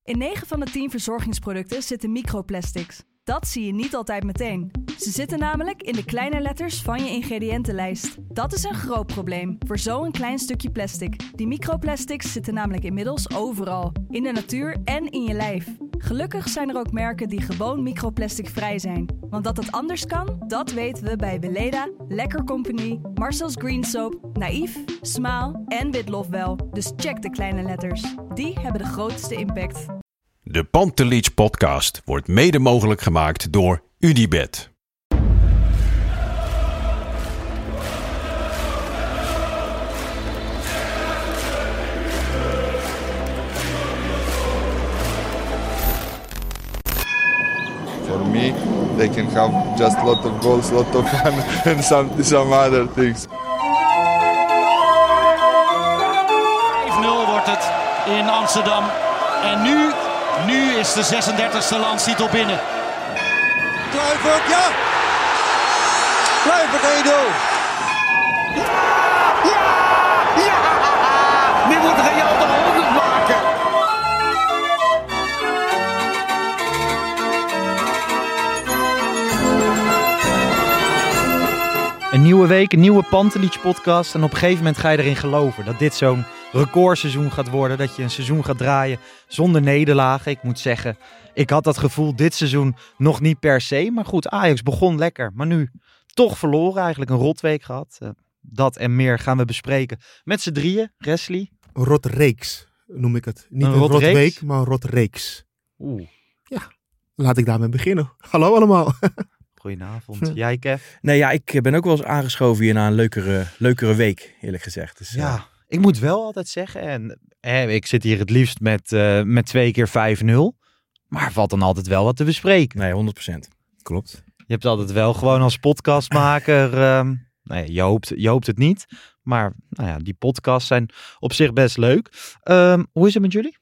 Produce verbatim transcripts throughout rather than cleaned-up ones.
In negen van de tien verzorgingsproducten zitten microplastics. Dat zie je niet altijd meteen. Ze zitten namelijk in de kleine letters van je ingrediëntenlijst. Dat is een groot probleem voor zo'n klein stukje plastic. Die microplastics zitten namelijk inmiddels overal. In de natuur en in je lijf. Gelukkig zijn er ook merken die gewoon microplasticvrij zijn. Want dat het anders kan, dat weten we bij Weleda, Lekker Company, Marcel's Green Soap, Naïef, Smaal en Witlof wel. Dus check de kleine letters. Die hebben de grootste impact. De Pantelich podcast wordt mede mogelijk gemaakt door UdiBet. For me, they can have just a lot of goals, a lot of fun and some, some other things. vijf nul wordt het in Amsterdam. En nu, nu is de zesendertigste landstitel binnen. Kluivert, ja! Kluivert één nul! Ja! Ja! Ja! Nu moet Real de honderd maken! Een nieuwe week, een nieuwe Pantelich podcast. En op een gegeven moment ga je erin geloven dat dit zo'n recordseizoen gaat worden. Dat je een seizoen gaat draaien zonder nederlagen. Ik moet zeggen, ik had dat gevoel dit seizoen nog niet per se. Maar goed, Ajax begon lekker. Maar nu toch verloren. Eigenlijk een rotweek gehad. Uh, dat en meer gaan we bespreken met z'n drieën. Wesley. Rotreeks noem ik het. Niet Een een, een rotreeks? rotweek, maar een rotreeks. Oeh. Ja, laat ik daarmee beginnen. Hallo allemaal. Goedenavond. Jij, Kev? Nee, ja, ik ben ook wel eens aangeschoven hier na een leukere, leukere week, eerlijk gezegd. Dus, Ja, uh... ik moet wel altijd zeggen, en eh, ik zit hier het liefst met, uh, met twee keer vijf nul. Maar er valt dan altijd wel wat te bespreken. Nee, honderd procent. Klopt. Je hebt altijd wel gewoon als podcastmaker, um, nee, je, hoopt, je hoopt het niet. Maar nou ja, die podcasts zijn op zich best leuk. Um, hoe is het met jullie?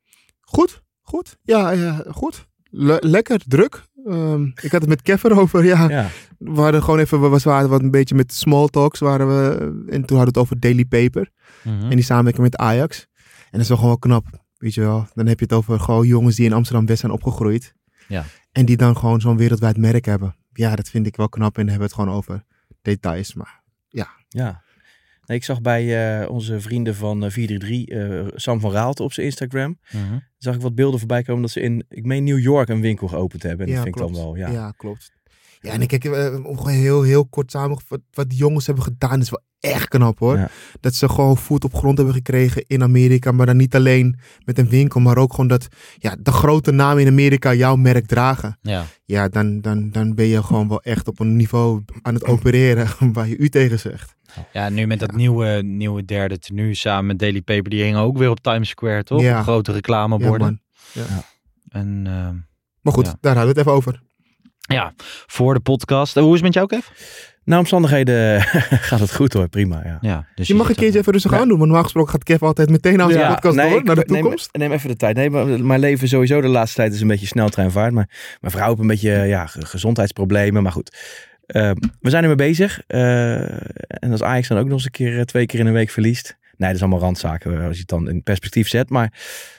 Goed, goed. Ja, ja goed. Le- lekker, druk. Um, ik had het met Kev erover, ja. Ja. We hadden gewoon even, we waren wat een beetje met small talks waren we. En toen hadden we het over Daily Paper. Mm-hmm. En die samenwerking met Ajax. En dat is wel gewoon knap, weet je wel. Dan heb je het over gewoon jongens die in Amsterdam-West zijn opgegroeid. Ja. En die dan gewoon zo'n wereldwijd merk hebben. Ja, dat vind ik wel knap. En dan hebben we het gewoon over details. Maar ja. Ja. Nee, ik zag bij uh, onze vrienden van uh, vier drie drie, uh, Sam van Raalte op zijn Instagram, Mm-hmm. zag ik wat beelden voorbij komen dat ze in, ik meen New York een winkel geopend hebben. En Ja, dat vind klopt. ik dan wel, ja. Ja, klopt. Ja, en ik kijk, uh, om gewoon heel, heel kort samen, wat, wat die jongens hebben gedaan is wel echt knap hoor. Ja. Dat ze gewoon voet op grond hebben gekregen in Amerika, maar dan niet alleen met een winkel, maar ook gewoon dat ja, de grote namen in Amerika jouw merk dragen. Ja. Ja, dan, dan, dan ben je gewoon wel echt op een niveau aan het opereren waar je u tegen zegt. Ja, nu met dat nieuwe, nieuwe derde tenue samen met Daily Paper, die hingen ook weer op Times Square, toch? Ja. Op grote Ja, reclameborden. man. Ja. Ja. En uh, Maar goed, Ja. daar hadden we het even over. ja, voor de podcast. Uh, hoe is het met jou, Kev? Na omstandigheden gaat het goed hoor, prima. Ja. Ja, dus Je mag een zit keertje er- even rustig Ja. aan doen, want normaal gesproken gaat Kev altijd meteen aan zijn Ja, podcast nee, door, ik- naar de neem- toekomst. Neem, even de tijd. Nee, maar mijn leven sowieso de laatste tijd is een beetje sneltreinvaart. Maar mijn vrouw heeft een beetje ja, ge- gezondheidsproblemen. Maar goed, uh, we zijn ermee bezig. Uh, en als Ajax dan ook nog eens een keer, uh, twee keer in een week verliest. Nee, dat is allemaal randzaken als je het dan in perspectief zet. Maar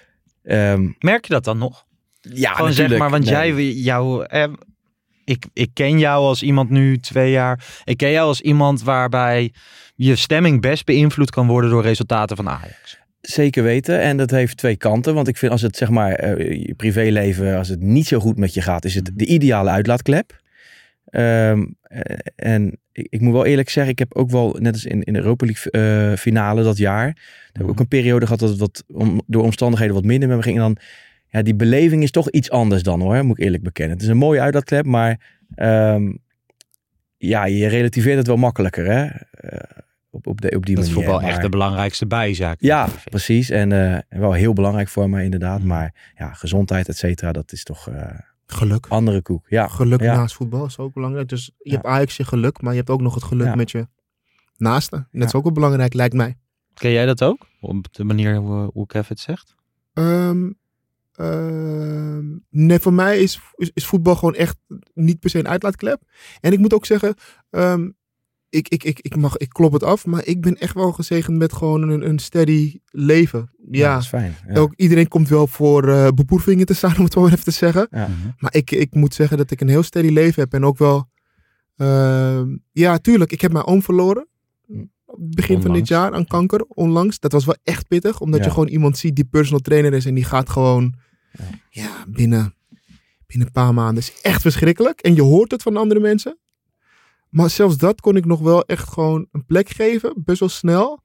um, Merk je dat dan nog? ja, Gewoon zeg natuurlijk. maar, want Nee. jij, jou, eh, ik, ik ken jou als iemand nu twee jaar. Ik ken jou als iemand waarbij je stemming best beïnvloed kan worden door resultaten van Ajax. Zeker weten. En dat heeft twee kanten. Want ik vind als het zeg maar uh, je privéleven, als het niet zo goed met je gaat, is het de ideale uitlaatklep. Um, en ik, ik moet wel eerlijk zeggen, ik heb ook wel, net als in, in de Europa League uh, finale dat jaar, mm-hmm. heb ik ook een periode gehad dat het wat, om, door omstandigheden wat minder met me ging. En dan, ja, die beleving is toch iets anders dan hoor, moet ik eerlijk bekennen. Het is een mooie uitlaatklep, maar um, ja, je relativeert het wel makkelijker hè. Uh, Op, op, de, op die dat manier. is voetbal maar... echt de belangrijkste bijzaak. Ja, precies. En uh, wel heel belangrijk voor me inderdaad. Maar ja, gezondheid, et cetera, dat is toch uh, geluk. Andere koek. Ja. Geluk ja. naast voetbal is ook belangrijk. Dus je ja. hebt Ajax je geluk, maar je hebt ook nog het geluk ja. met je naaste. En dat ja. is ook wel belangrijk, lijkt mij. Ken jij dat ook? Op de manier hoe, hoe Kev het zegt? Um, uh, nee, voor mij is, is, is voetbal gewoon echt niet per se een uitlaatklep. En ik moet ook zeggen... Um, ik, ik, ik, ik, mag, ik klop het af, maar ik ben echt wel gezegend met gewoon een, een steady leven. Ja, Ja, dat is fijn. Ja. Ook, iedereen komt wel voor uh, beproevingen te staan, om het wel even te zeggen. Ja. Maar ik, ik moet zeggen dat ik een heel steady leven heb. En ook wel, uh, ja, tuurlijk, ik heb mijn oom verloren. Op het begin Onlangs. van dit jaar aan kanker, onlangs. Dat was wel echt pittig, omdat Ja. je gewoon iemand ziet die personal trainer is en die gaat gewoon, Ja. ja, binnen, binnen een paar maanden. Dat is echt verschrikkelijk. En je hoort het van andere mensen. Maar zelfs dat kon ik nog wel echt gewoon een plek geven, best wel snel.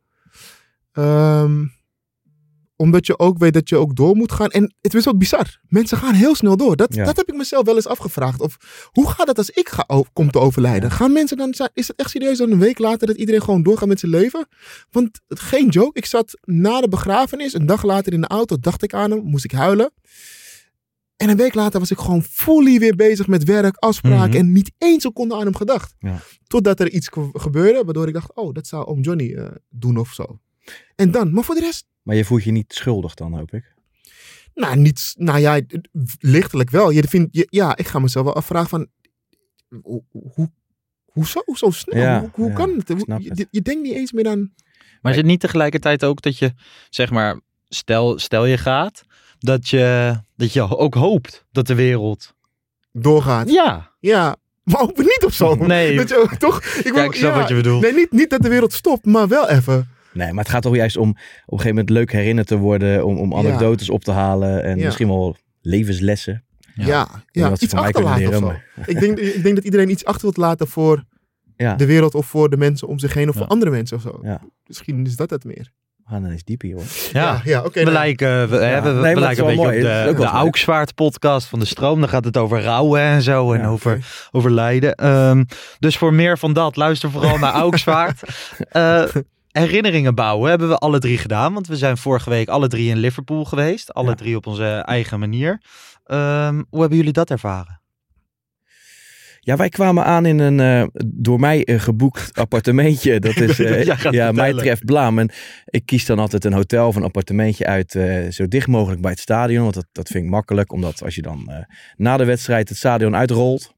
Um, omdat je ook weet dat je ook door moet gaan. En het is wat bizar. Mensen gaan heel snel door. Dat, Ja. dat heb ik mezelf wel eens afgevraagd. Of hoe gaat het als ik ga, o- kom te overlijden? Ja. Gaan mensen dan, is het echt serieus dan een week later dat iedereen gewoon doorgaat met zijn leven? Want geen joke. Ik zat na de begrafenis, een dag later in de auto, dacht ik aan hem, moest ik huilen. En een week later was ik gewoon fully weer bezig met werk, afspraken. Mhm. En niet één seconde aan hem gedacht. Ja. Totdat er iets ge- gebeurde, waardoor ik dacht, oh, dat zou oom Johnny uh, doen of zo. En dan, maar voor de rest, Maar je voelt je niet schuldig dan, hoop ik. nou, niet, nou ja, lichtelijk wel. Je vindt, je, ja, ik ga mezelf wel afvragen van, hoe, hoe, hoezo zo snel? Ja, hoe hoe ja, kan het? ik Hoe- snap je, het. je denkt niet eens meer aan, Maar is het niet tegelijkertijd ook dat je, zeg maar, stel, stel je gaat, dat je, dat je ook hoopt dat de wereld... doorgaat. Ja. Ja, maar ook niet of zo. Nee. Dat je ook, toch? Ik Kijk, wil- ik snap ja, wat je bedoelt. Nee, niet, niet dat de wereld stopt, maar wel even. Nee, maar het gaat toch juist om op een gegeven moment leuk herinnerd te worden. Om, om anekdotes op te halen. En Ja. misschien wel levenslessen. Ja, ja, weet wat ze iets van mij kunnen achterlaten of leren, zo. Ik denk, ik denk dat iedereen iets achter wilt laten voor Ja, de wereld of voor de mensen om zich heen of Ja. voor andere mensen of zo. Ja. Misschien is dat het meer. we gaan dan eens diep hier hoor. Ja, ja, oké. we nou. lijken, we, hè, Ja. we, we Nee, maar lijken het een is beetje wel op mooi. de, Het is ook de wel leuk. Auksvaart podcast van de Stroom. Dan gaat het over rouwen en zo en Ja, over, oké. over lijden. Ehm, dus voor meer van dat, luister vooral naar Auksvaart. Eh, herinneringen bouwen hebben we alle drie gedaan. Want we zijn vorige week alle drie in Liverpool geweest. Alle Ja. drie op onze eigen manier. Ehm, hoe hebben jullie dat ervaren? Ja, wij kwamen aan in een eh, door mij eh, geboekt appartementje. Dat is eh, Jij gaat ja, mij vertellen. treft Blaam. En ik kies dan altijd een hotel of een appartementje uit eh, zo dicht mogelijk bij het stadion. Want dat, dat vind ik makkelijk. Omdat als je dan eh, na de wedstrijd het stadion uitrolt.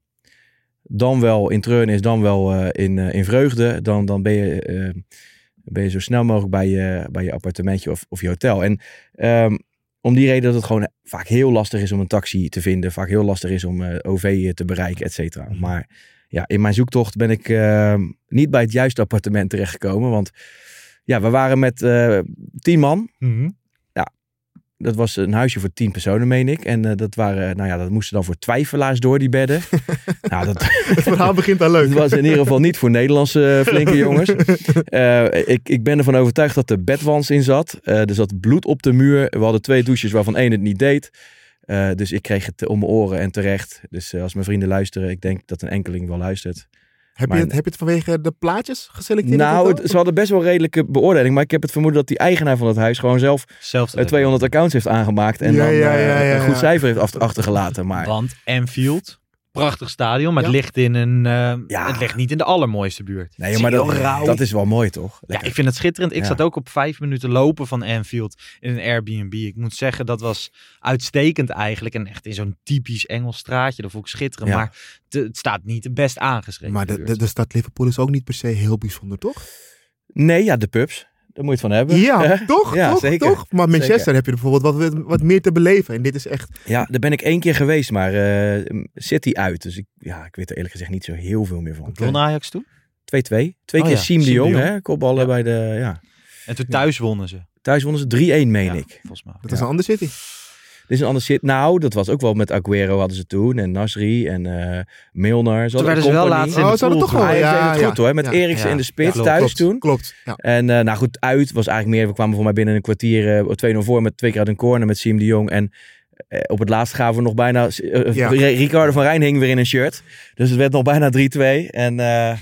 Dan wel in treurnis, dan wel eh, in, eh, in vreugde. Dan, dan ben, je, eh, ben je zo snel mogelijk bij je, bij je appartementje of, of je hotel. En ehm, om die reden dat het gewoon vaak heel lastig is om een taxi te vinden. Vaak heel lastig is om uh, O V te bereiken, et cetera. Maar ja, in mijn zoektocht ben ik uh, niet bij het juiste appartement terechtgekomen. Want ja, we waren met uh, tien man. Mm-hmm. Ja, dat was een huisje voor tien personen, meen ik. En uh, dat waren, nou ja, dat moesten dan voor twijfelaars door, die bedden. Nou, dat, Het verhaal begint al leuk. Het was in ieder geval niet voor Nederlandse uh, flinke jongens. Uh, ik, ik ben ervan overtuigd dat er bedwans in zat. Uh, er zat bloed op de muur. We hadden twee douches waarvan één het niet deed. Uh, dus ik kreeg het om mijn oren en terecht. Dus uh, als mijn vrienden luisteren, ik denk dat een enkeling wel luistert. Heb, maar, je het, heb je het vanwege de plaatjes geselecteerd? Nou, het, ze hadden best wel redelijke beoordeling. Maar ik heb het vermoeden dat die eigenaar van het huis gewoon zelf uh, tweehonderd accounts heeft aangemaakt. En ja, dan ja, uh, ja, ja, een goed ja. cijfer heeft af, achtergelaten. Maar... Want Anfield, prachtig stadion, maar Ja. het ligt in een, uh, Ja. het ligt niet in de allermooiste buurt. Nee, maar dat, dat is wel mooi, toch? Ja, Lekker. ik vind het schitterend. Ik Ja. zat ook op vijf minuten lopen van Anfield in een Airbnb. Ik moet zeggen, dat was uitstekend eigenlijk. En echt in zo'n typisch Engels straatje. Dat vond ik schitterend. Ja. Maar te- het staat niet best aangeschreven. Maar de, de, de stad Liverpool is ook niet per se heel bijzonder, toch? Nee, ja, de pubs. Daar moet je het van hebben. Ja, toch? Ja, toch, zeker. toch? Maar Manchester Zeker. heb je bijvoorbeeld wat, wat meer te beleven. En dit is echt... Ja, daar ben ik één keer geweest, maar uh, City uit. Dus ik, ja, ik weet er eerlijk gezegd niet zo heel veel meer van. Won Ajax toen? twee-twee. Twee Oh keer ja, Siem de Siem de Jong, Jong. hè? Kopballen Ja. bij de... Ja. En toen thuis wonnen ze. Thuis wonnen ze drie-één, meen Ja, ik. volgens mij. Dat is een andere city. Dit is een ander shit. Nou, dat was ook wel met Aguero hadden ze toen. En Nasri en uh, Milner. Toen werden ze wel laatst in Oh, de ze hadden pool. toch wel- Hij ja, deed het ja. goed hoor. Met Ja. Eriksen Ja. in de spits Ja, thuis klopt, toen. Klopt, ja. En uh, nou goed, uit was eigenlijk meer. We kwamen voor mij binnen een kwartier uh, twee nul voor met twee keer uit een corner met Siem de Jong. En uh, op het laatst gaven we nog bijna... Uh, Ja. Ricardo van Rijn hing weer in een shirt. Dus het werd nog bijna drie-twee. En uh,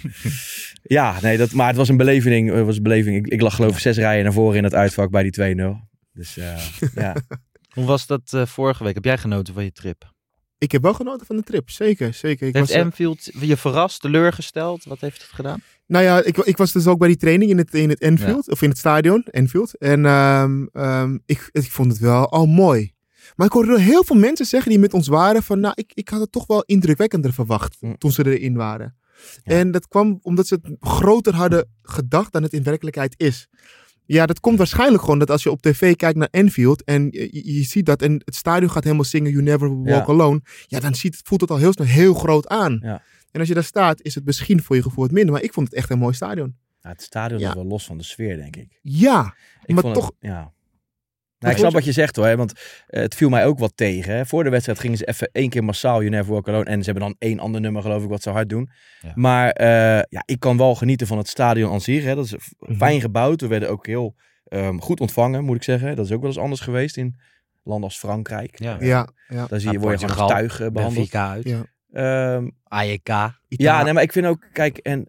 ja, nee, dat, maar het was een beleving. Het was een beleving. Ik, ik lag geloof ik zes rijen naar voren in het uitvak bij die twee nul. Dus uh, ja. Hoe was dat uh, vorige week? Heb jij genoten van je trip? Ik heb wel genoten van de trip. Zeker, zeker. Ik Heeft was, uh, Anfield je verrast, teleurgesteld? Wat heeft het gedaan? Nou ja, ik, ik was dus ook bij die training in het, in het Anfield. Of in het stadion, Anfield. En um, um, ik, ik vond het wel al mooi. Maar ik hoorde heel veel mensen zeggen die met ons waren van... Nou, ik, ik had het toch wel indrukwekkender verwacht Mm. toen ze erin waren. Ja. En dat kwam omdat ze het groter hadden gedacht dan het in werkelijkheid is. Ja, dat komt waarschijnlijk gewoon dat als je op tv kijkt naar Anfield en je, je ziet dat en het stadion gaat helemaal zingen You Never Walk Ja. Alone. Ja, dan ziet, voelt het al heel snel heel groot aan. Ja. En als je daar staat, is het misschien voor je gevoel wat minder. Maar ik vond het echt een mooi stadion. Ja, het stadion Ja. is wel los van de sfeer, denk ik. Ja, Ik maar vond toch... Het, ja. Nou, ik snap wat je zegt hoor, hè, want uh, het viel mij ook wat tegen. Hè. Voor de wedstrijd gingen ze even één keer massaal You Never Walk Alone. En ze hebben dan één ander nummer, geloof ik, wat ze hard doen. Ja. Maar uh, ja, ik kan wel genieten van het stadion aan zich. Hè. Dat is Mhm. fijn gebouwd. We werden ook heel um, goed ontvangen, moet ik zeggen. Dat is ook wel eens anders geweest in landen als Frankrijk. Ja. Ja, ja. Daar zie je, Ja, word je gewoon als Portugal, tuig uh, behandeld. Benfica uit. ja. Um, A J K. ja, nee, maar ik vind ook, kijk, en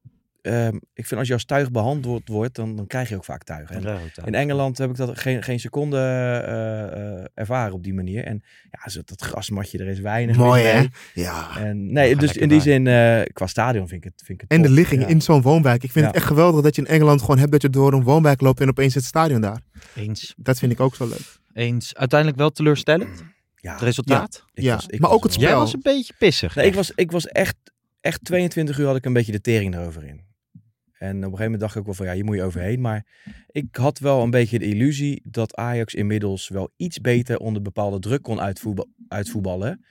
um, ik vind als je als tuig behandeld wordt, dan, dan krijg je ook vaak tuig. En in Engeland heb ik dat geen, geen seconde uh, uh, ervaren op die manier. En ja, zo, dat grasmatje, er is weinig Mooi mis hè? mee. Ja. En, nee, Ja, dus lekker in die bij. zin, uh, qua stadion vind ik het, vind ik het En de top. ligging Ja. in zo'n woonwijk. Ik vind Ja. het echt geweldig dat je in Engeland gewoon hebt dat je door een woonwijk loopt en opeens het stadion daar. Eens. Dat vind ik ook zo leuk. Eens. Uiteindelijk wel teleurstellend. Ja, Het resultaat. ik Ja, was- ik maar was ook het wel- Jij spel. was een beetje pissig. Nee, ik was, ik was echt, echt tweeëntwintig uur had ik een beetje de tering erover in. En op een gegeven moment dacht ik ook wel van ja, hier moet je overheen. Maar ik had wel een beetje de illusie dat Ajax inmiddels wel iets beter onder bepaalde druk kon uitvoetba- uitvoetballen.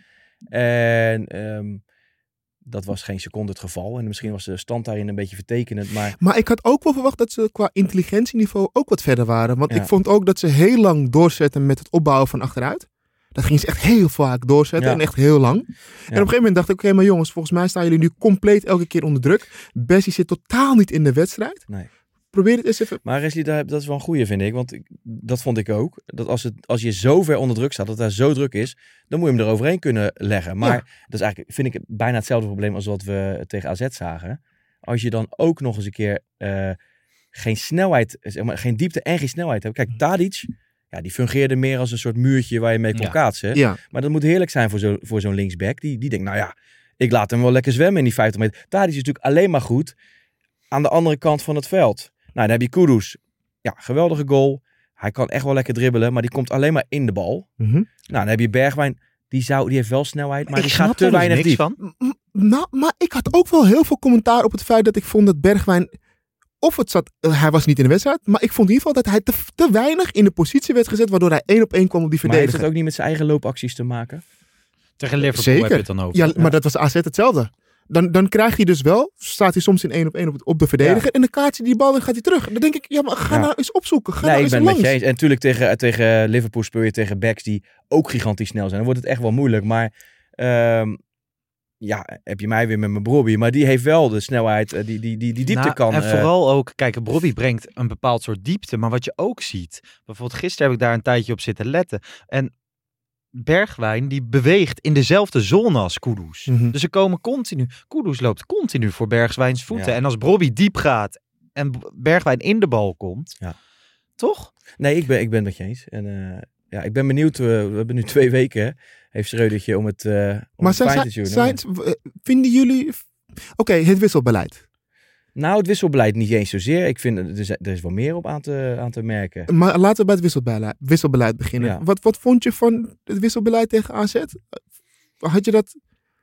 En um, dat was geen seconde het geval. En misschien was de stand daarin een beetje vertekenend. Maar Maar ik had ook wel verwacht dat ze qua intelligentieniveau ook wat verder waren. Want Ja. ik vond ook dat ze heel lang doorzetten met het opbouwen van achteruit. Dat gingen ze echt heel vaak doorzetten Ja. en echt heel lang. En op een gegeven moment dacht ik, oké, maar jongens, volgens mij staan jullie nu compleet elke keer onder druk. Bessie zit totaal niet in de wedstrijd. nee. Probeer het eens even. Maar Wesley, daar- dat is wel een goeie, vind ik. Want ik, dat vond ik ook. Dat als, het, als je zo ver onder druk staat, dat daar zo druk is, dan moet je hem eroverheen kunnen leggen. Maar Ja. dat is eigenlijk, vind ik, bijna hetzelfde probleem als wat we tegen A Z zagen. Als je dan ook nog eens een keer uh, geen snelheid, zeg maar, geen diepte en geen snelheid hebt. Kijk, Tadic, ja, die fungeerde meer als een soort muurtje waar je mee kon Ja. kaatsen. Ja, Maar dat moet heerlijk zijn voor, zo, voor zo'n linksback. Die, die denkt, nou ja, ik laat hem wel lekker zwemmen in die vijftig meter. Tadic is natuurlijk alleen maar goed aan de andere kant van het veld. Nou, dan heb je Kudus. Ja, geweldige goal. Hij kan echt wel lekker dribbelen, maar die komt alleen maar in de bal. Mhm. Nou, dan heb je Bergwijn. Die, zou, die heeft wel snelheid, maar ik die snap gaat te er dus weinig niks diep. van. M- Nou, maar ik had ook wel heel veel commentaar op het feit dat ik vond dat Bergwijn, of het zat, uh, hij was niet in de wedstrijd, maar ik vond in ieder geval dat hij te, te weinig in de positie werd gezet, waardoor hij één op één kwam op die Maar heeft verdediger. het ook niet met zijn eigen loopacties te maken? Tegen Liverpool Zeker. heb je het dan over. Ja, maar dat was A Z hetzelfde. Dan, dan krijg je dus wel, staat hij soms in één op één op, het- op de verdediger Ja. en dan kaart hij die bal en gaat hij terug. Dan denk ik, ja, maar ga Ja. nou eens opzoeken. Ga Nee, nou ik eens ben het langs. met je eens. En natuurlijk tegen, tegen Liverpool speel je tegen backs die ook gigantisch snel zijn. Dan wordt het echt wel moeilijk. Maar um, ja, heb je mij weer met mijn Brobby. Maar die heeft wel de snelheid, uh, die, die, die, die diepte Nou, kan. En uh, vooral ook, kijk, Bobby brengt een bepaald soort diepte. Maar wat je ook ziet, bijvoorbeeld gisteren heb ik daar een tijdje op zitten letten. En Bergwijn, die beweegt in dezelfde zone als Kudus. Mhm. Dus ze komen continu, Kudus loopt continu voor Bergwijns voeten. Ja. En als Bobby diep gaat en B- Bergwijn in de bal komt, Ja. toch? Nee, ik ben, ik ben het met je eens. En uh, ja, ik ben benieuwd. Uh, we hebben nu twee weken, hè, heeft Schreudertje om het, uh, om Maar het zijn, fijn te zijn, tunen. zijn, vinden jullie... Oké, okay, het wisselbeleid. Nou, het wisselbeleid niet eens zozeer. Ik vind, er is, er is wel meer op aan te, aan te merken. Maar laten we bij het wisselbeleid, wisselbeleid beginnen. Ja. Wat, wat vond je van het wisselbeleid tegen A Z? Had je dat...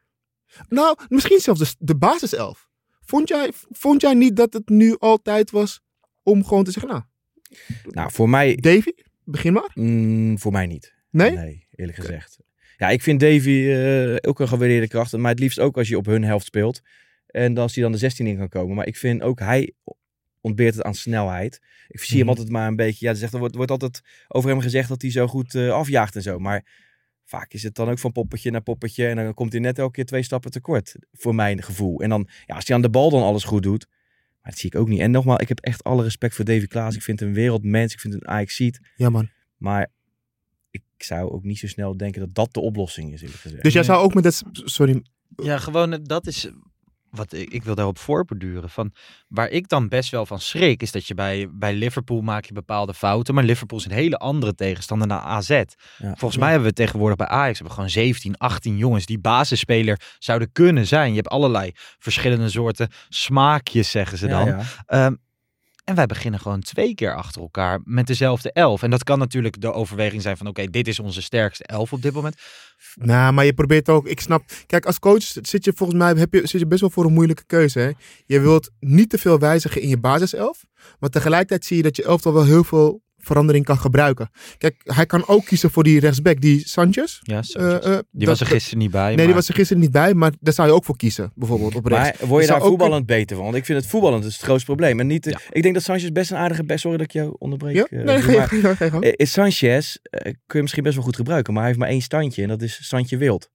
Nou, misschien zelfs de, de basiself. Vond jij, vond jij niet dat het nu altijd was om gewoon te zeggen, nou, Nou, voor mij, Davy, begin maar. mm, voor mij niet. Nee? Nee, eerlijk gezegd. Ja, ik vind Davy uh, ook een gewaardeerde kracht. Maar het liefst ook als je op hun helft speelt. En als hij dan de zestien in kan komen. Maar ik vind ook hij ontbeert het aan snelheid. Ik zie Mhm. hem altijd maar een beetje... Ja, er, zegt, er wordt, wordt altijd over hem gezegd dat hij zo goed uh, afjaagt en zo. Maar vaak is het dan ook van poppetje naar poppetje. En dan komt hij net elke keer twee stappen tekort. Voor mijn gevoel. En dan, ja, als hij aan de bal dan alles goed doet. Maar dat zie ik ook niet. En nogmaals, ik heb echt alle respect voor Davy Klaas. Ik vind hem een wereldmens. Ik vind hem een Ajaxiet. Ja, man. Maar ik zou ook niet zo snel denken dat dat de oplossing is, eerlijk gezegd. Dus jij zou ook met dat... Sorry. Ja, gewoon, eh, dat is wat ik, ik wil daarop voorborduren. Van, waar ik dan best wel van schrik, is dat je bij, bij Liverpool maak je bepaalde fouten. Maar Liverpool is een hele andere tegenstander dan A Z. Ja. Volgens mij hebben we tegenwoordig bij Ajax hebben we gewoon zeventien, achttien jongens die basisspeler zouden kunnen zijn. Je hebt allerlei verschillende soorten smaakjes, zeggen ze dan. Ja, ja. Um, En wij beginnen gewoon twee keer achter elkaar met dezelfde elf. En dat kan natuurlijk de overweging zijn van... oké, okay, dit is onze sterkste elf op dit moment. Nou, maar je probeert ook... Ik snap... Kijk, als coach zit je volgens mij heb je, zit je best wel voor een moeilijke keuze. Hè? Je wilt niet te veel wijzigen in je basiself. Maar tegelijkertijd zie je dat je elftal wel heel veel verandering kan gebruiken. Kijk, hij kan ook kiezen voor die rechtsback, die Sanchez. Ja, Sanchez. Uh, uh, die was er gisteren niet bij. Nee, maar... die was er gisteren niet bij, maar daar zou je ook voor kiezen. Bijvoorbeeld op rechts. Maar word je, je daar voetballend ook... beter van? Want ik vind het voetballend is het grootste probleem. En niet, Ja. Ik denk dat Sanchez best een aardige... Best, sorry dat ik jou onderbreek. Ja? Uh, Nee, maar, geen, geen, geen, geen. Is Sanchez, uh, kun je misschien best wel goed gebruiken, maar hij heeft maar één standje en dat is standje wild.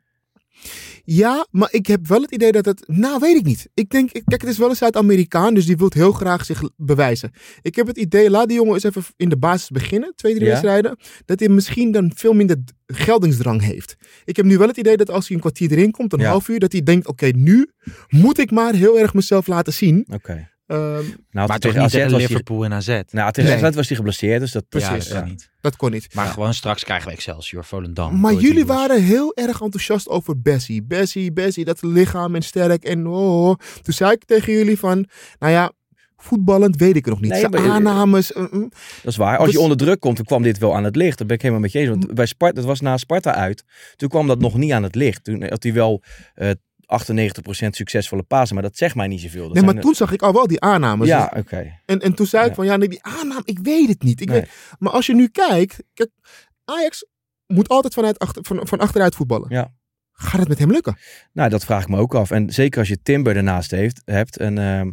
Ja, maar ik heb wel het idee dat het... Nou, weet ik niet. Ik denk, kijk, het is wel een Zuid-Amerikaan, dus die wil heel graag zich bewijzen. Ik heb het idee, laat die jongen eens even in de basis beginnen, twee, drie Ja. wedstrijden, dat hij misschien dan veel minder geldingsdrang heeft. Ik heb nu wel het idee dat als hij een kwartier erin komt, een Ja. half uur, dat hij denkt, oké, okay, nu moet ik maar heel erg mezelf laten zien. Oké. Okay. Um, Nou, maar tegen toch niet A Z tegen was Liverpool en A Z. Hij, nou, tegen Nee. A Z was hij geblesseerd, dus dat... Precies. Ja, dat ja. kan niet. dat kon niet. Maar Ja. gewoon straks krijgen we Excelsior, Volendam. Maar Go jullie Eagles. waren heel erg enthousiast over Bessie. Bessie, Bessie, dat lichaam en sterk en oh, oh. Toen zei ik tegen jullie van, nou ja, voetballend weet ik het nog niet. Nee, Zijn maar- aannames. Uh, uh. Dat is waar. Als Dus- je onder druk komt, dan kwam dit wel aan het licht. Dat ben ik helemaal met je eens. Want bij Sparta, dat was na Sparta uit. Toen kwam dat nog niet aan het licht. Toen had hij wel uh, achtennegentig procent succesvolle pasen. Maar dat zegt mij niet zoveel. Dat Nee, maar zijn, toen zag ik al wel die aannames. Ja, Dus- oké. Okay. en, en toen zei ik Ja. van, ja, nee, die aanname, ik weet het niet. Ik Nee. weet, maar als je nu kijkt, kijk, Ajax moet altijd vanuit achter, van, van achteruit voetballen. Ja. Gaat het met hem lukken? Nou, dat vraag ik me ook af. En zeker als je Timber ernaast heeft, hebt. En um,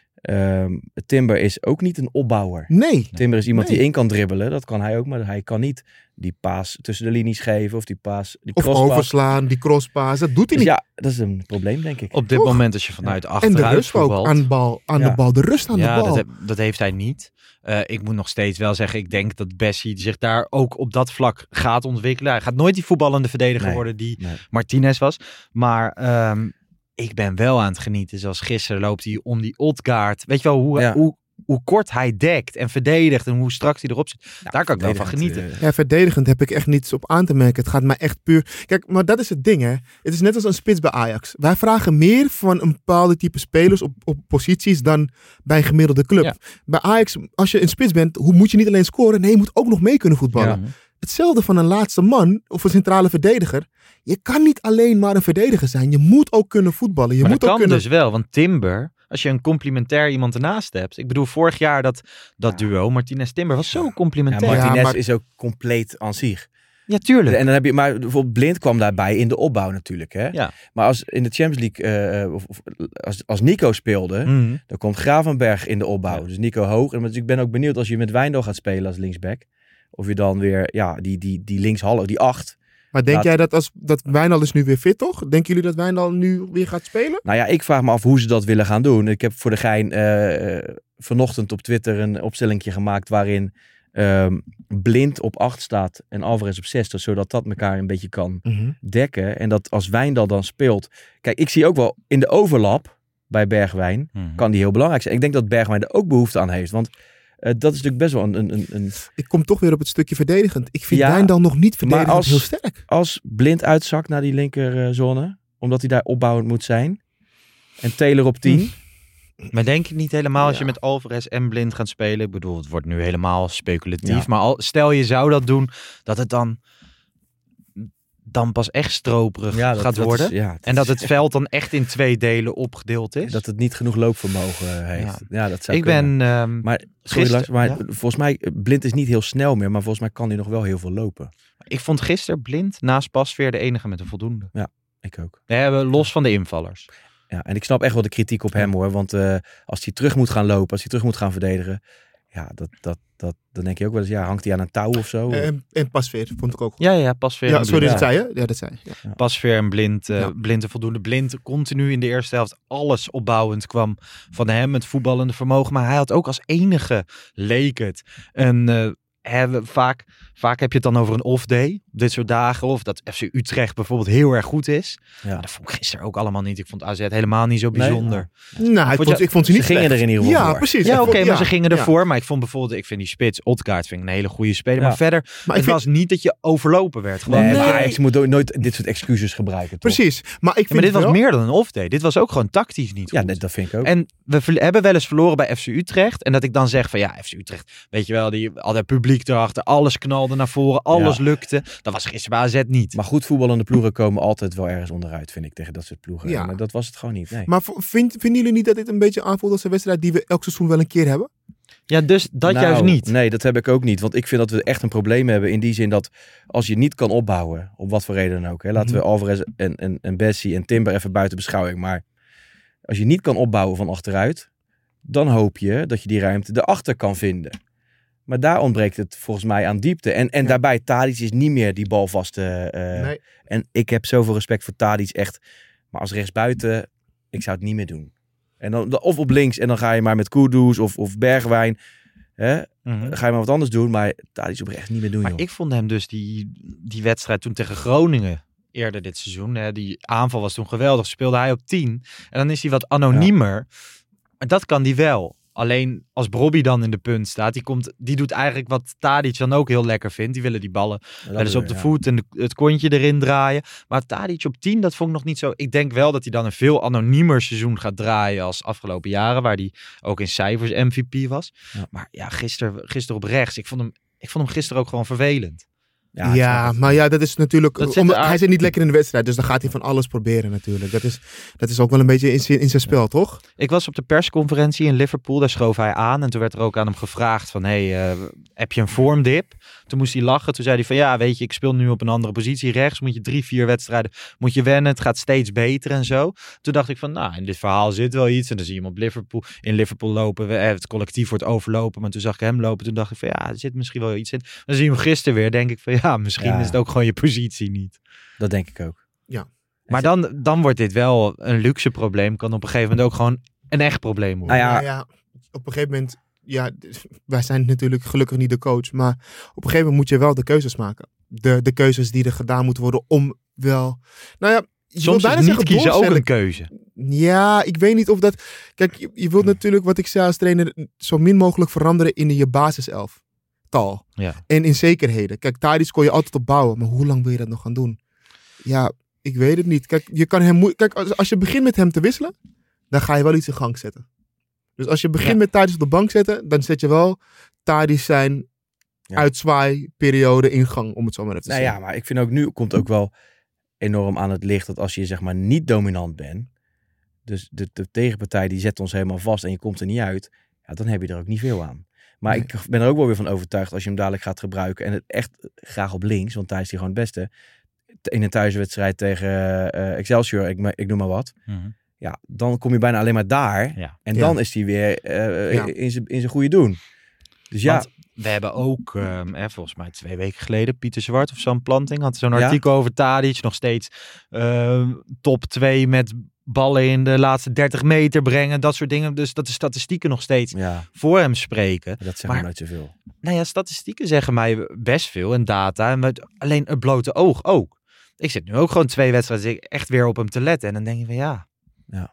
um, Timber is ook niet een opbouwer. Nee. Timber is iemand Nee. die in kan dribbelen. Dat kan hij ook. Maar hij kan niet die paas tussen de linies geven. Of die paas, die Of crosspaas. overslaan, die crosspaas, dat doet hij Dus niet. ja, dat is een probleem, denk ik. Op dit Toch? moment als je vanuit En achteruit de rust ook voetbalt... aan, de bal, aan Ja. de bal, de rust aan ja, de bal. dat, heb- dat heeft hij niet. Uh, ik moet nog steeds wel zeggen, ik denk dat Bessie zich daar ook op dat vlak gaat ontwikkelen. Hij gaat nooit die voetballende verdediger Nee. worden die Nee. Martinez was. Maar um, ik ben wel aan het genieten. Zoals gisteren loopt hij om die Odgaard. Weet je wel, hoe, Ja. hoe, hoe kort hij dekt en verdedigt en hoe strak hij erop zit. Ja, daar kan ik wel van verdedigend, genieten. uh, Ja, verdedigend heb ik echt niets op aan te merken. Het gaat mij echt puur... Kijk, maar dat is het ding, hè. Het is net als een spits bij Ajax. Wij vragen meer van een bepaalde type spelers op, op posities dan bij een gemiddelde club. Ja. Bij Ajax, als je een spits bent, hoe moet je niet alleen scoren? Nee, je moet ook nog mee kunnen voetballen. Ja. Hetzelfde van een laatste man of een centrale verdediger. Je kan niet alleen maar een verdediger zijn. Je moet ook kunnen voetballen. Je Maar moet dat ook kan kunnen... dus wel, want Timber, als je een complementair iemand ernaast hebt. Ik bedoel, vorig jaar dat, dat duo Martinez-Timber was zo Ja, complementair. Ja, Martinez Ja, maar- is ook compleet aan zich. tuurlijk. En dan heb je, maar bijvoorbeeld Blind kwam daarbij in de opbouw natuurlijk. Hè? Ja. Maar als in de Champions League, uh, of, of, als, als Nico speelde, Mhm. dan komt Gravenberg in de opbouw. Ja. Dus Nico hoog. En dus ik ben ook benieuwd als je met Wijndal gaat spelen als linksback. Of je dan weer, ja, die, die, die linkshalve, die acht. Maar denk Laat- jij dat als dat Wijndal is nu weer fit, toch? Denken jullie dat Wijndal nu weer gaat spelen? Nou ja, ik vraag me af hoe ze dat willen gaan doen. Ik heb voor de gein uh, vanochtend op Twitter een opstellingje gemaakt waarin um, Blind op acht staat en Alvarez op zes. Zodat dat elkaar een beetje kan Mm-hmm. dekken. En dat als Wijndal dan speelt. Kijk, ik zie ook wel in de overlap bij Bergwijn Mhm. kan die heel belangrijk zijn. Ik denk dat Bergwijn er ook behoefte aan heeft. Want uh, dat is natuurlijk best wel een... een, een, een... Ik kom toch weer op het stukje verdedigend. Ik vind Ja, Wijndal nog niet verdedigend als- heel sterk. Als Blind uitzakt naar die linkerzone, omdat hij daar opbouwend moet zijn. En Taylor op tien. Maar denk je niet helemaal als je Ja. met Alvarez en Blind gaat spelen? Ik bedoel, het wordt nu helemaal speculatief. Ja. Maar al, stel je zou dat doen, dat het dan, dan pas echt stroperig Ja, dat- gaat dat worden. is- ja, dat en dat is- het veld dan echt in twee delen opgedeeld is. Dat het niet genoeg loopvermogen heeft. Ja, dat zou ik kunnen. ben ehm, Maar, sorry, gisteren- Lars, maar ja. volgens mij, Blind is niet heel snel meer, maar volgens mij kan hij nog wel heel veel lopen. ik vond gisteren Blind naast Pasveer de enige met een voldoende. Ik ook. We hebben los van de invallers. Ja, en ik snap echt wel de kritiek op hem hoor, want uh, als hij terug moet gaan lopen, als hij terug moet gaan verdedigen, ja, dat, dat, dat, dan denk je ook wel eens, ja, hangt hij aan een touw of zo? En, en Pasveer vond ik ook goed. Ja, ja, Pasveer Ja, en sorry, Blind. dat zei je? Ja, dat zei je. Ja. Pasveer en Blind, uh, Ja. Blind een voldoende. Blind continu in de eerste helft alles opbouwend kwam van hem, het voetballende vermogen. Maar hij had ook als enige, leek het, een, uh, Hè, vaak, vaak heb je het dan over een off-day. Op dit soort dagen. Of dat F C Utrecht bijvoorbeeld heel erg goed is. Ja. Dat vond ik gisteren ook allemaal niet. Ik vond A Z helemaal niet zo bijzonder. Nee. Nou, ik vond, je, ik vond ze niet Ze gingen slecht. er in ieder geval Ja, voor. precies. Ja, oké, okay, maar ja, ze gingen ja. ervoor. Maar ik vond bijvoorbeeld, ik vind die spits, Odgaard, vind ik een hele goede speler. Ja. Maar verder, Maar het ik was niet dat je overlopen werd. Gewoon. Nee, Nee. maar Ajax moet nooit dit soort excuses gebruiken, toch? Precies. Maar ik Ja, vind maar dit was wel, meer dan een off-day. Dit was ook gewoon tactisch niet Ja, goed. dat, dat vind ik ook. En we ver- hebben wel eens verloren bij F C Utrecht. En dat ik dan zeg van ja, F C Utrecht, weet je wel, die al dat publiek erachter, alles knalde naar voren, alles Ja. lukte. Dat was gisteren bij A Z niet. Maar goed voetballende ploegen komen altijd wel ergens onderuit, vind ik, tegen dat soort ploegen. Ja. Maar dat was het gewoon niet, nee. Maar v- vind, vinden jullie niet dat dit een beetje aanvoelt als een wedstrijd die we elk seizoen wel een keer hebben? Ja, dus dat Nou, juist niet. Nee, dat heb ik ook niet. Want ik vind dat we echt een probleem hebben in die zin dat als je niet kan opbouwen, op wat voor reden dan ook. Hè, laten we Alvarez en, en, en Bessie en Timber even buiten beschouwing. Maar als je niet kan opbouwen van achteruit, dan hoop je dat je die ruimte erachter kan vinden. Maar daar ontbreekt het volgens mij aan diepte. En, en Ja. daarbij, Tadic is niet meer die balvaste. eh, Nee. En ik heb zoveel respect voor Tadic, echt. Maar als rechtsbuiten, ik zou het niet meer doen. En dan, of op links en dan ga je maar met Kudus of, of Bergwijn. Hè? Mhm. Dan ga je maar wat anders doen. Maar Tadic op rechts niet meer doen, Maar joh. ik vond hem dus die, die wedstrijd toen tegen Groningen eerder dit seizoen. Hè, die aanval was toen geweldig. Speelde hij op tien. En dan is hij wat anoniemer. Maar dat kan die wel. Alleen als Brobby dan in de punt staat, die, komt, die doet eigenlijk wat Tadic dan ook heel lekker vindt. Die willen die ballen Dat wel eens bedoel op de je, voet en de, het kontje erin draaien. Maar Tadic op tien, dat vond ik nog niet zo. Ik denk wel dat hij dan een veel anoniemer seizoen gaat draaien als afgelopen jaren, waar hij ook in cijfers M V P was. Ja. Maar ja, gisteren, gisteren op rechts, ik vond, hem, ik vond hem gisteren ook gewoon vervelend. Ja, Ja, ik snap het. maar ja, dat is natuurlijk... Dat zit omdat- er- hij zit niet lekker in de wedstrijd, dus dan gaat hij van alles proberen natuurlijk. Dat is, dat is ook wel een beetje in zijn, in zijn spel, toch? Ik was op de persconferentie in Liverpool, daar schoof hij aan. En toen werd er ook aan hem gevraagd van, hey, uh, heb je een vormdip? Toen moest hij lachen. Toen zei hij van, ja, weet je, ik speel nu op een andere positie. Rechts moet je drie, vier wedstrijden, moet je wennen. Het gaat steeds beter en zo. Toen dacht ik van, nou, in dit verhaal zit wel iets. En dan zie je hem op Liverpool, in Liverpool lopen. We, het collectief wordt overlopen. Maar toen zag ik hem lopen. Toen dacht ik van, ja, er zit misschien wel iets in. Dan zie je hem gisteren weer. Denk ik van, ja, misschien Ja. is het ook gewoon je positie niet. Dat denk ik ook. Maar dan, dan wordt dit wel een luxe probleem. Kan op een gegeven moment ook gewoon een echt probleem worden. Nou ja, Nou ja, op een gegeven moment... Ja, d- wij zijn natuurlijk gelukkig niet de coach. Maar op een gegeven moment moet je wel de keuzes maken. De, de keuzes die er gedaan moeten worden om wel... Nou ja, je wil Soms bijna is niet zeggen kiezen ook doorstellen. een keuze. Ja, ik weet niet of dat... Kijk, je, je wilt natuurlijk, wat ik zei als trainer, zo min mogelijk veranderen in je basiself. Tal. Ja. En in zekerheden. Kijk, Tadic kon je altijd op bouwen. Maar hoe lang wil je dat nog gaan doen? Ja, ik weet het niet. Kijk, je kan hem moe- Kijk, als, als je begint met hem te wisselen, dan ga je wel iets in gang zetten. Dus als je begint Ja. met Tadic op de bank zetten, dan zet je wel Tadic zijn Ja. uitzwaaiperiode in gang, om het zo maar even te Nou zeggen. ja, maar ik vind ook nu komt ook wel enorm aan het licht dat als je zeg maar niet dominant bent, dus de, de tegenpartij die zet ons helemaal vast en je komt er niet uit, ja, dan heb je er ook niet veel aan. Maar Nee. ik ben er ook wel weer van overtuigd als je hem dadelijk gaat gebruiken en het echt graag op links, want daar is hij gewoon het beste. In een thuiswedstrijd tegen eh, Excelsior, ik, ik noem maar wat. Ja, dan kom je bijna alleen maar daar. Ja. En Ja. dan is hij weer eh, Ja. in zijn in zijn goede doen. Dus ja, Want we hebben ook, ehm, eh, volgens mij twee weken geleden, Pieter Zwart of Sam Planting had zo'n Ja. artikel over Tadic. Nog steeds ehm, top twee met ballen in de laatste dertig meter brengen. Dat soort dingen. Dus dat de statistieken nog steeds ja, voor hem spreken. dat zegt Maar- me nooit zoveel. Nou ja, statistieken zeggen mij best veel en data. En met alleen het blote oog ook. Ik zit nu ook gewoon twee wedstrijden echt weer op hem te letten. En dan denk je van ja. Ja.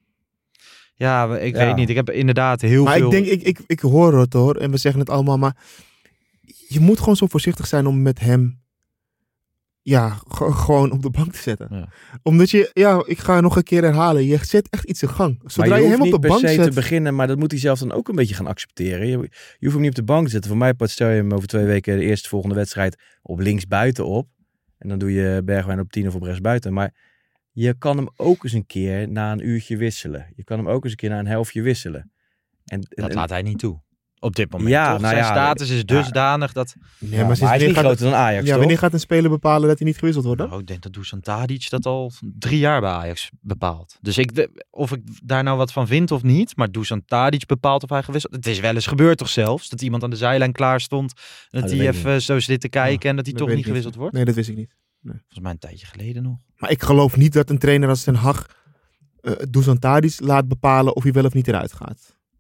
Ja, ik Ja. weet niet. Ik heb inderdaad heel Maar veel... ik denk, ik, ik, ik hoor het hoor, en we zeggen het allemaal, maar je moet gewoon zo voorzichtig zijn om met hem, ja, g- gewoon op de bank te zetten. Ja. Omdat je, ja, ik ga nog een keer herhalen, je zet echt iets in gang. Zodra maar je, je, hem hoeft op de niet per bank se zet, te beginnen, maar dat moet hij zelf dan ook een beetje gaan accepteren. Je, je hoeft hem niet op de bank te zetten. Voor mij stel je hem over twee weken de eerste volgende wedstrijd op links buiten op. En dan doe je Bergwijn op tien of op rechts buiten. Maar je kan hem ook eens een keer na een uurtje wisselen. Je kan hem ook eens een keer na een helftje wisselen. En, en, Dat laat hij niet toe. Op dit moment. Ja, toch? nou Zijn ja, status is dusdanig dat... nee, ja, maar, maar sinds hij is wanneer niet gaat, groter dan Ajax, ja, toch? wanneer gaat een speler bepalen dat hij niet gewisseld wordt? dan? Nou, ik denk dat Dusan Tadic dat al drie jaar bij Ajax bepaalt. Dus ik, de- of ik daar nou wat van vind of niet, maar Dusan Tadic bepaalt of hij gewisseld. Het is wel eens gebeurd toch zelfs, dat iemand aan de zijlijn klaar stond. En dat dat hij weet ik even zo zit te kijken en dat hij Dat toch weet niet ik gewisseld wordt. Nee, dat wist ik niet. Volgens mij een tijdje geleden nog. Maar ik geloof niet dat een trainer als Ten Hag uh, Dusan Tadic laat bepalen of hij wel of niet eruit gaat.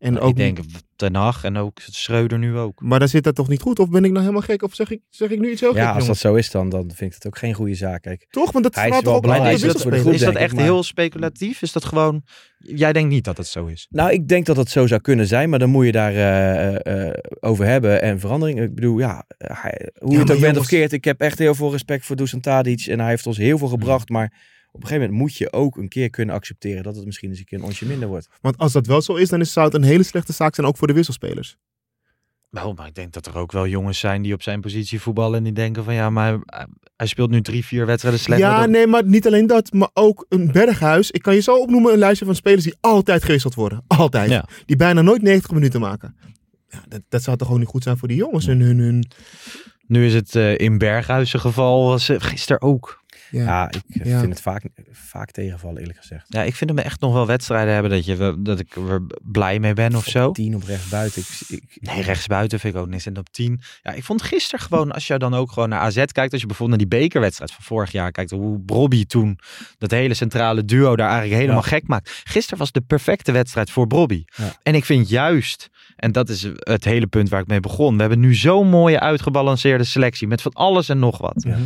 En Nou, ook ik denk niet- Ten Hag en ook Schreuder nu ook. Maar dan zit dat toch niet goed? Of ben ik nou helemaal gek? Of zeg ik, zeg ik nu iets heel Ja, gek, als dat jongens? zo is dan, dan vind ik het ook geen goede zaak. Kijk, Toch? Want dat Hij is gaat wel toch ook belangrijk allemaal is de dat, voor de wisselspelers. groep, is dat denk ik, echt maar- heel speculatief? Is dat gewoon... Jij denkt niet dat het zo is? nou, ik denk dat het zo zou kunnen zijn, maar dan moet je daar eh, eh, over hebben en verandering. Ik bedoel, ja, hij, hoe je het maar ook bent of jongens- keert, ik heb echt heel veel respect voor Dusan Tadic en hij heeft ons heel veel gebracht, maar op een gegeven moment moet je ook een keer kunnen accepteren dat het misschien eens een keer een onsje minder wordt. Want als dat wel zo is, dan is, zou het een hele slechte zaak zijn ook voor de wisselspelers. Nou, maar ik denk dat er ook wel jongens zijn die op zijn positie voetballen en die denken van ja, maar hij, hij speelt nu drie, vier wedstrijden slecht. Ja, nee, maar niet alleen dat, maar ook een Berghuis. Ik kan je zo opnoemen een lijstje van spelers die altijd gewisseld worden. Altijd. Ja. Die bijna nooit negentig minuten maken. Ja, dat, dat zou toch gewoon niet goed zijn voor die jongens. En hun, hun, Nu is het uh, in Berghuis geval, was uh, gisteren ook. ja. Ja, ik eh, Ja. vind het vaak, vaak tegenvallen, eerlijk gezegd. Ja, ik vind hem echt nog wel wedstrijden hebben dat, je, dat ik er blij mee ben of zo. Tien op rechts buiten. Ik, ik, Nee, rechtsbuiten vind ik ook niks. En op tien. Ja, ik vond gisteren gewoon, als je dan ook gewoon naar A Z kijkt, als je bijvoorbeeld naar die bekerwedstrijd van vorig jaar kijkt, hoe Brobby toen dat hele centrale duo daar eigenlijk helemaal Ja. gek maakt. Gisteren was de perfecte wedstrijd voor Brobby. Ja. En ik vind juist, en dat is het hele punt waar ik mee begon, we hebben nu zo'n mooie uitgebalanceerde selectie met van alles en nog wat. Ja.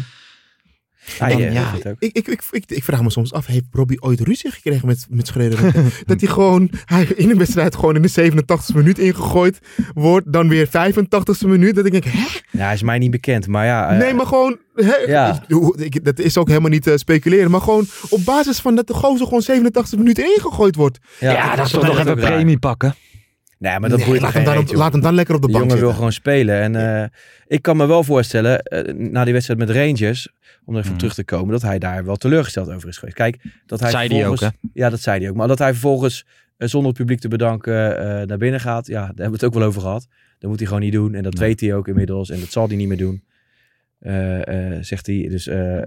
En Ja, dan, ja, ja, ik vind het ook. Ik, ik, ik, ik, ik vraag me soms af, heeft Robbie ooit ruzie gekregen met, met Schreuder? Dat hij gewoon hij in een wedstrijd gewoon in de zevenentachtigste minuut ingegooid wordt. Dan weer vijfentachtigste minuut. Dat ik denk, hè? Ja, hij is mij niet bekend, maar ja. eh, Nee, maar gewoon... Hè, Ja. ik- ik- dat is ook helemaal niet uh, speculeren. Maar gewoon op basis van dat de gozer gewoon zevenentachtigste minuut ingegooid wordt. ja, ja, ik- dat is ik toch nog vind het even ook raar. premie pakken. Nee, maar dat Nee, boeit laat, toch hem geen dan reet, op, laat hem dan lekker op de De bank jongen wil zitten. gewoon spelen. En eh, ik kan me wel voorstellen, eh, na die wedstrijd met Rangers, om er even Mm. terug te komen, dat hij daar wel teleurgesteld over is geweest. Kijk, dat hij Zei die ook, vervolgens- Ja, dat zei hij ook. Maar dat hij vervolgens, eh, zonder het publiek te bedanken, eh, naar binnen gaat. Ja, daar hebben we het ook wel over gehad. Dat moet hij gewoon niet doen. En dat Nee. weet hij ook inmiddels. En dat zal hij niet meer doen. Eh, eh, zegt hij. Dus eh,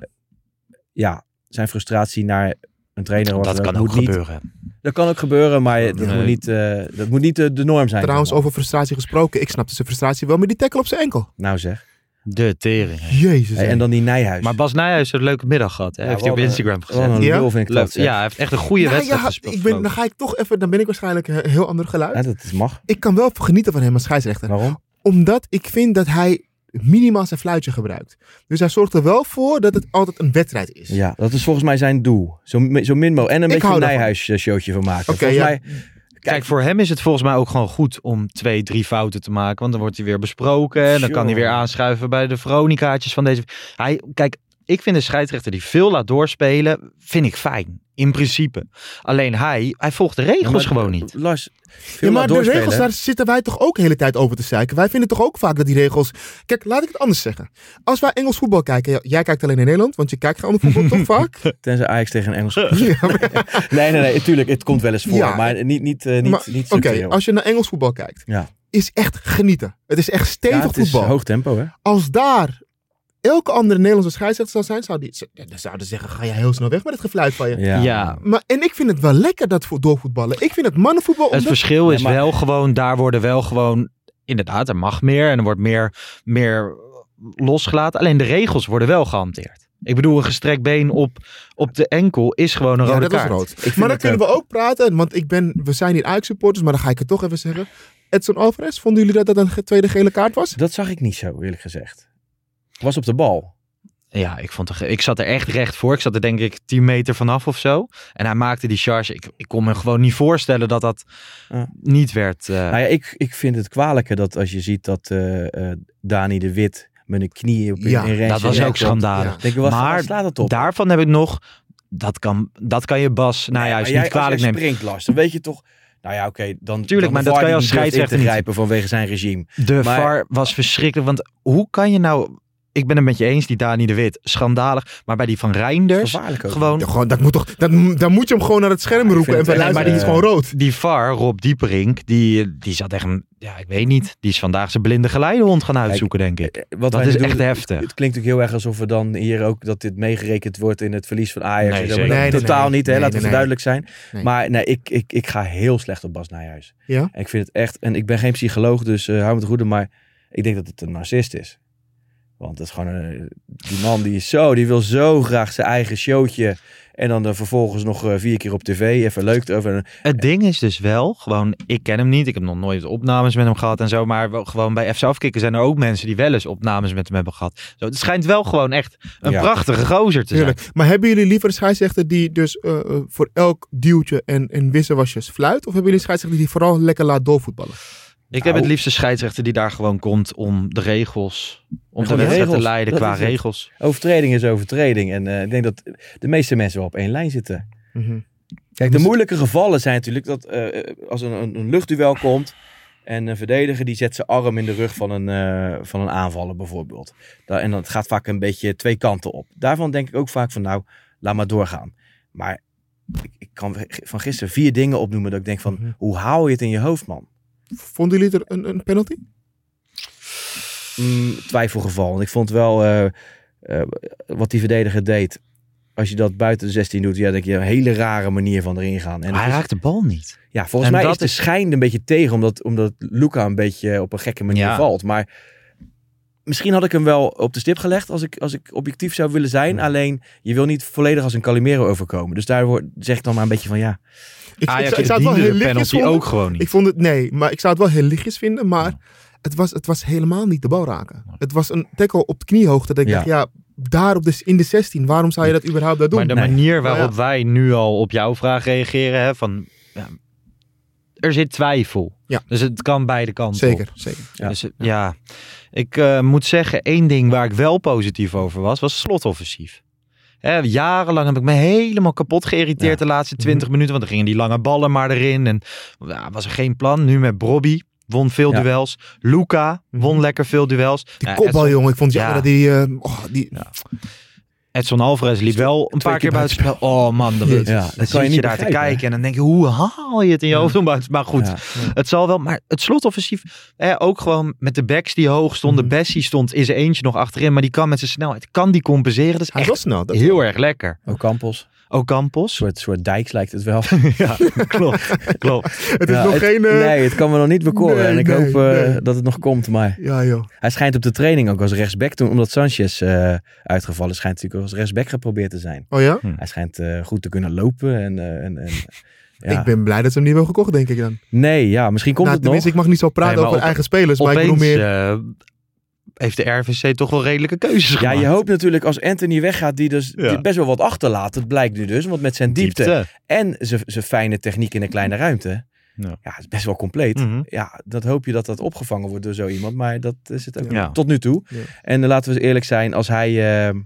ja, zijn frustratie naar een trainer. was, Dat kan moet ook niet, gebeuren. Dat kan ook gebeuren, maar dat Nee. moet niet, eh, dat moet niet de, de norm zijn. Trouwens, zeg maar. over frustratie gesproken. Ik snapte zijn frustratie wel met die tackle op zijn enkel. Nou zeg. De tering. hè. Jezus. Hey, hè. en dan die Nijhuis. Maar Bas Nijhuis heeft een leuke middag gehad. Hè? Ja, heeft hij op wel, Instagram Wel gezet. een Ja? lul vind ik Leuk. dat. zeg. Ja, hij heeft echt een goede Nou wedstrijd ja, gespeeld. ik ben, dan ga ik toch even, dan ben ik waarschijnlijk een heel ander geluid. Ja, dat mag. Ik kan wel genieten van hem als scheidsrechter. Waarom? Omdat ik vind dat hij minimaal zijn fluitje gebruikt. Dus hij zorgt er wel voor dat het altijd een wedstrijd is. Ja, dat is volgens mij zijn doel. Zo, mi- zo min mogelijk. En een Ik beetje hou een daarvan. Nijhuis-showtje van maken. Oké, volgens ja. mij, Kijk, voor hem is het volgens mij ook gewoon goed om twee, drie fouten te maken. Want dan wordt hij weer besproken. En dan kan hij weer Sure. aanschuiven bij de Veronikaatjes van deze. Hij, kijk, ik vind een scheidsrechter die veel laat doorspelen, vind ik fijn. In principe. Alleen hij, hij volgt de regels Ja, maar, gewoon niet. Lars, veel Ja, maar laat de doorspelen. regels, daar zitten wij toch ook de hele tijd over te zeiken. Wij vinden toch ook vaak dat die regels... Kijk, laat ik het anders zeggen. Als wij Engels voetbal kijken... ja, jij kijkt alleen in Nederland, want je kijkt geen ander voetbal toch vaak? Tenzij Ajax tegen een Engels. Ja, maar- nee, nee, nee. Tuurlijk, het komt wel eens voor. Ja. Maar niet, niet, eh, niet, maar, niet Oké, structureel. als je naar Engels voetbal kijkt... Ja. is echt genieten. Het is echt Ja, stevig het is voetbal. hoog tempo, hè? Als daar elke andere Nederlandse scheidsrechter zou zijn... Zou die, dan zouden ze zeggen, ga je heel snel weg met het gefluit van je. Ja. Ja. Maar, en ik vind het wel lekker dat voor doorvoetballen. Ik vind het mannenvoetbal... Het omdat- verschil is Ja, maar- wel gewoon, daar worden wel gewoon, inderdaad, er mag meer en er wordt meer, meer losgelaten. Alleen de regels worden wel gehanteerd. Ik bedoel, een gestrekt been op, op de enkel is gewoon een Ja, rode dat was kaart. rood. vind Maar dan het kunnen we ook praten, want ik ben, we zijn hier Ajax supporters, maar dan ga ik het toch even zeggen. Edson Alvarez, vonden jullie dat dat een ge- tweede gele kaart was? Dat zag ik niet zo, eerlijk gezegd. Was op de bal. Ja, ik, vond er, ik zat er echt recht voor. Ik zat er denk ik tien meter vanaf of zo. En hij maakte die charge. Ik, ik kon me gewoon niet voorstellen dat dat Ja. niet werd. Uh, Nou ja, ik, ik vind het kwalijker dat als je ziet dat eh, eh, Dani de Wit met een knie op Ja, in range dat was recht ook komt. schandalig. Ja. Denk je, wat Maar waar slaat het op? Daarvan heb ik nog... Dat kan, dat kan je Bas nou Nee, juist maar jij- niet kwalijk als jij nemen. springt, Lars, dan weet je toch... Nou ja, oké, dan... Tuurlijk, dan maar de dat V A R kan je die als niet durft in scheidsrechter te niet. grijpen vanwege zijn regime. De Maar- V A R was verschrikkelijk. Want hoe kan je nou... Ik ben het met je eens, die Dani de Wit. Schandalig. Maar bij die van Reinders... Gevaarlijk ook. Gewoon... Ja, gewoon, dat moet toch, dat, dan moet je hem gewoon naar het scherm ik roepen vind en het van echt, luisteren, die is eh, gewoon rood. Die V A R, Rob Dieperink, die, die zat echt een... Ja, ik weet niet. Die is vandaag zijn blinde geleidehond gaan uitzoeken, denk ik. Wat Dat wij is doen, echt heftig. Het klinkt ook heel erg alsof we dan hier ook dat dit meegerekend wordt in het verlies van Ajax. Nee, en zo, zeker. maar dat Nee, nee, totaal nee. niet, hè? Nee, Laten we nee, duidelijk zijn. Nee. Maar nee, ik, ik, ik ga heel slecht op Bas Nijhuis. Ja? En ik vind het echt, en ik ben geen psycholoog, dus uh, hou me te goede, maar ik denk dat het een narcist is. Want het is gewoon een, die man die is zo, die wil zo graag zijn eigen showtje En dan uh, vervolgens nog uh, vier keer op tv. Even leuk erover. Het ding is dus wel, gewoon, ik ken hem niet. Ik heb nog nooit opnames met hem gehad en zo. Maar wel, gewoon bij F C Afkikken zijn er ook mensen die wel eens opnames met hem hebben gehad. Zo, het schijnt wel gewoon echt een ja. prachtige gozer te Tuurlijk. zijn. Maar hebben jullie liever een scheidsrechter die dus uh, uh, voor elk duwtje en, en wisselwasjes fluit? Of hebben jullie een scheidsrechter die vooral lekker laat doorvoetballen? Ik nou, heb het liefste scheidsrechter die daar gewoon komt om de regels, om de wedstrijd te leiden qua regels. Overtreding is overtreding. En uh, ik denk dat de meeste mensen wel op één lijn zitten. Mm-hmm. Kijk, de moeilijke gevallen zijn natuurlijk dat uh, als een, een, een luchtduel komt en een verdediger die zet zijn arm in de rug van een, uh, van een aanvaller bijvoorbeeld. Daar, en dat gaat vaak een beetje twee kanten op. Daarvan denk ik ook vaak van nou, laat maar doorgaan. Maar ik, ik kan van gisteren vier dingen opnoemen dat ik denk van, mm-hmm. hoe haal je het in je hoofd, man? Vonden jullie er een, een penalty? Mm, twijfelgeval. Want ik vond wel uh, uh, wat die verdediger deed. Als je dat buiten de zestien doet, ja, denk je een hele rare manier van erin gaan. En hij is, raakt de bal niet. Ja, volgens en mij is de is... schijn een beetje tegen, omdat, omdat Luca een beetje op een gekke manier ja. valt. Maar misschien had ik hem wel op de stip gelegd als ik, als ik objectief zou willen zijn. Ja. Alleen, je wil niet volledig als een Calimero overkomen. Dus daar zeg ik dan maar een beetje van ja. Ik, ah, ja, ik, ik zou het wel heel lichtjes vinden. Ook gewoon niet. Ik vond het, nee, maar ik zou het wel heel lichtjes vinden, maar ja. het, was, het was helemaal niet de bal raken. Het was een tackle op de kniehoogte. Dat ik ja. dacht, ja, daar op de, in de zestien, waarom zou je dat überhaupt dat doen? Maar de nee. manier waarop ja. wij nu al op jouw vraag reageren, hè, van, ja, er zit twijfel. Ja. Dus het kan beide kanten Zeker, op. zeker. Ja. Dus, ja. Ik uh, moet zeggen, één ding waar ik wel positief over was, was het slotoffensief. He, jarenlang heb ik me helemaal kapot geïrriteerd ja. de laatste twintig mm-hmm. minuten. Want er gingen die lange ballen maar erin. En ja, was er geen plan. Nu met Brobby. Won veel ja. duels. Luca won mm-hmm. lekker veel duels. Die ja, kopbal, Edson, jongen. Ik vond ja, dat die... Uh, oh, die... Ja. Edson Alvarez liep wel een paar keer buitenspel. Oh man, dat, ja, dat, dat kan je niet daar begrijpen. Te kijken. En dan denk je, hoe haal je het in je hoofd om buiten? Maar goed, ja. Ja. Het zal wel. Maar het slotoffensief, eh, ook gewoon met de backs die hoog stonden. Mm-hmm. Bessie stond in zijn eentje nog achterin. Maar die kan met zijn snelheid, kan die compenseren. Dat is Hij echt snel, dat heel wel. erg lekker. Ocampos. Ocampos. Een soort, soort Dijks lijkt het wel. Ja, klopt. klopt. Het is ja, nog het, geen... Uh... Nee, het kan me nog niet bekoren. Nee, en ik nee, hoop uh, nee. dat het nog komt. Maar ja, joh. Hij schijnt op de training ook als rechtsback, toen, omdat Sanchez uh, uitgevallen is, schijnt natuurlijk als rechtsback geprobeerd te zijn. Oh ja? Hm. Hij schijnt uh, goed te kunnen lopen. En, uh, en, en, ja. Ik ben blij dat ze hem niet hebben gekocht, denk ik dan. Nee, ja, misschien komt nou, het nog. Ik mag niet zo praten nee, over op, eigen spelers, maar opeens, ik bedoel meer... Uh, heeft de R V C toch wel redelijke keuzes ja, gemaakt. Ja, je hoopt natuurlijk als Anthony weggaat, die dus ja. die best wel wat achterlaat. Het blijkt nu dus, want met zijn diepte, diepte. en zijn, zijn fijne techniek in een kleine ruimte. Ja, ja het is best wel compleet. Mm-hmm. Ja, dat hoop je dat dat opgevangen wordt door zo iemand. Maar dat is het ook ja. tot nu toe. Ja. En uh, laten we eerlijk zijn, als hij uh,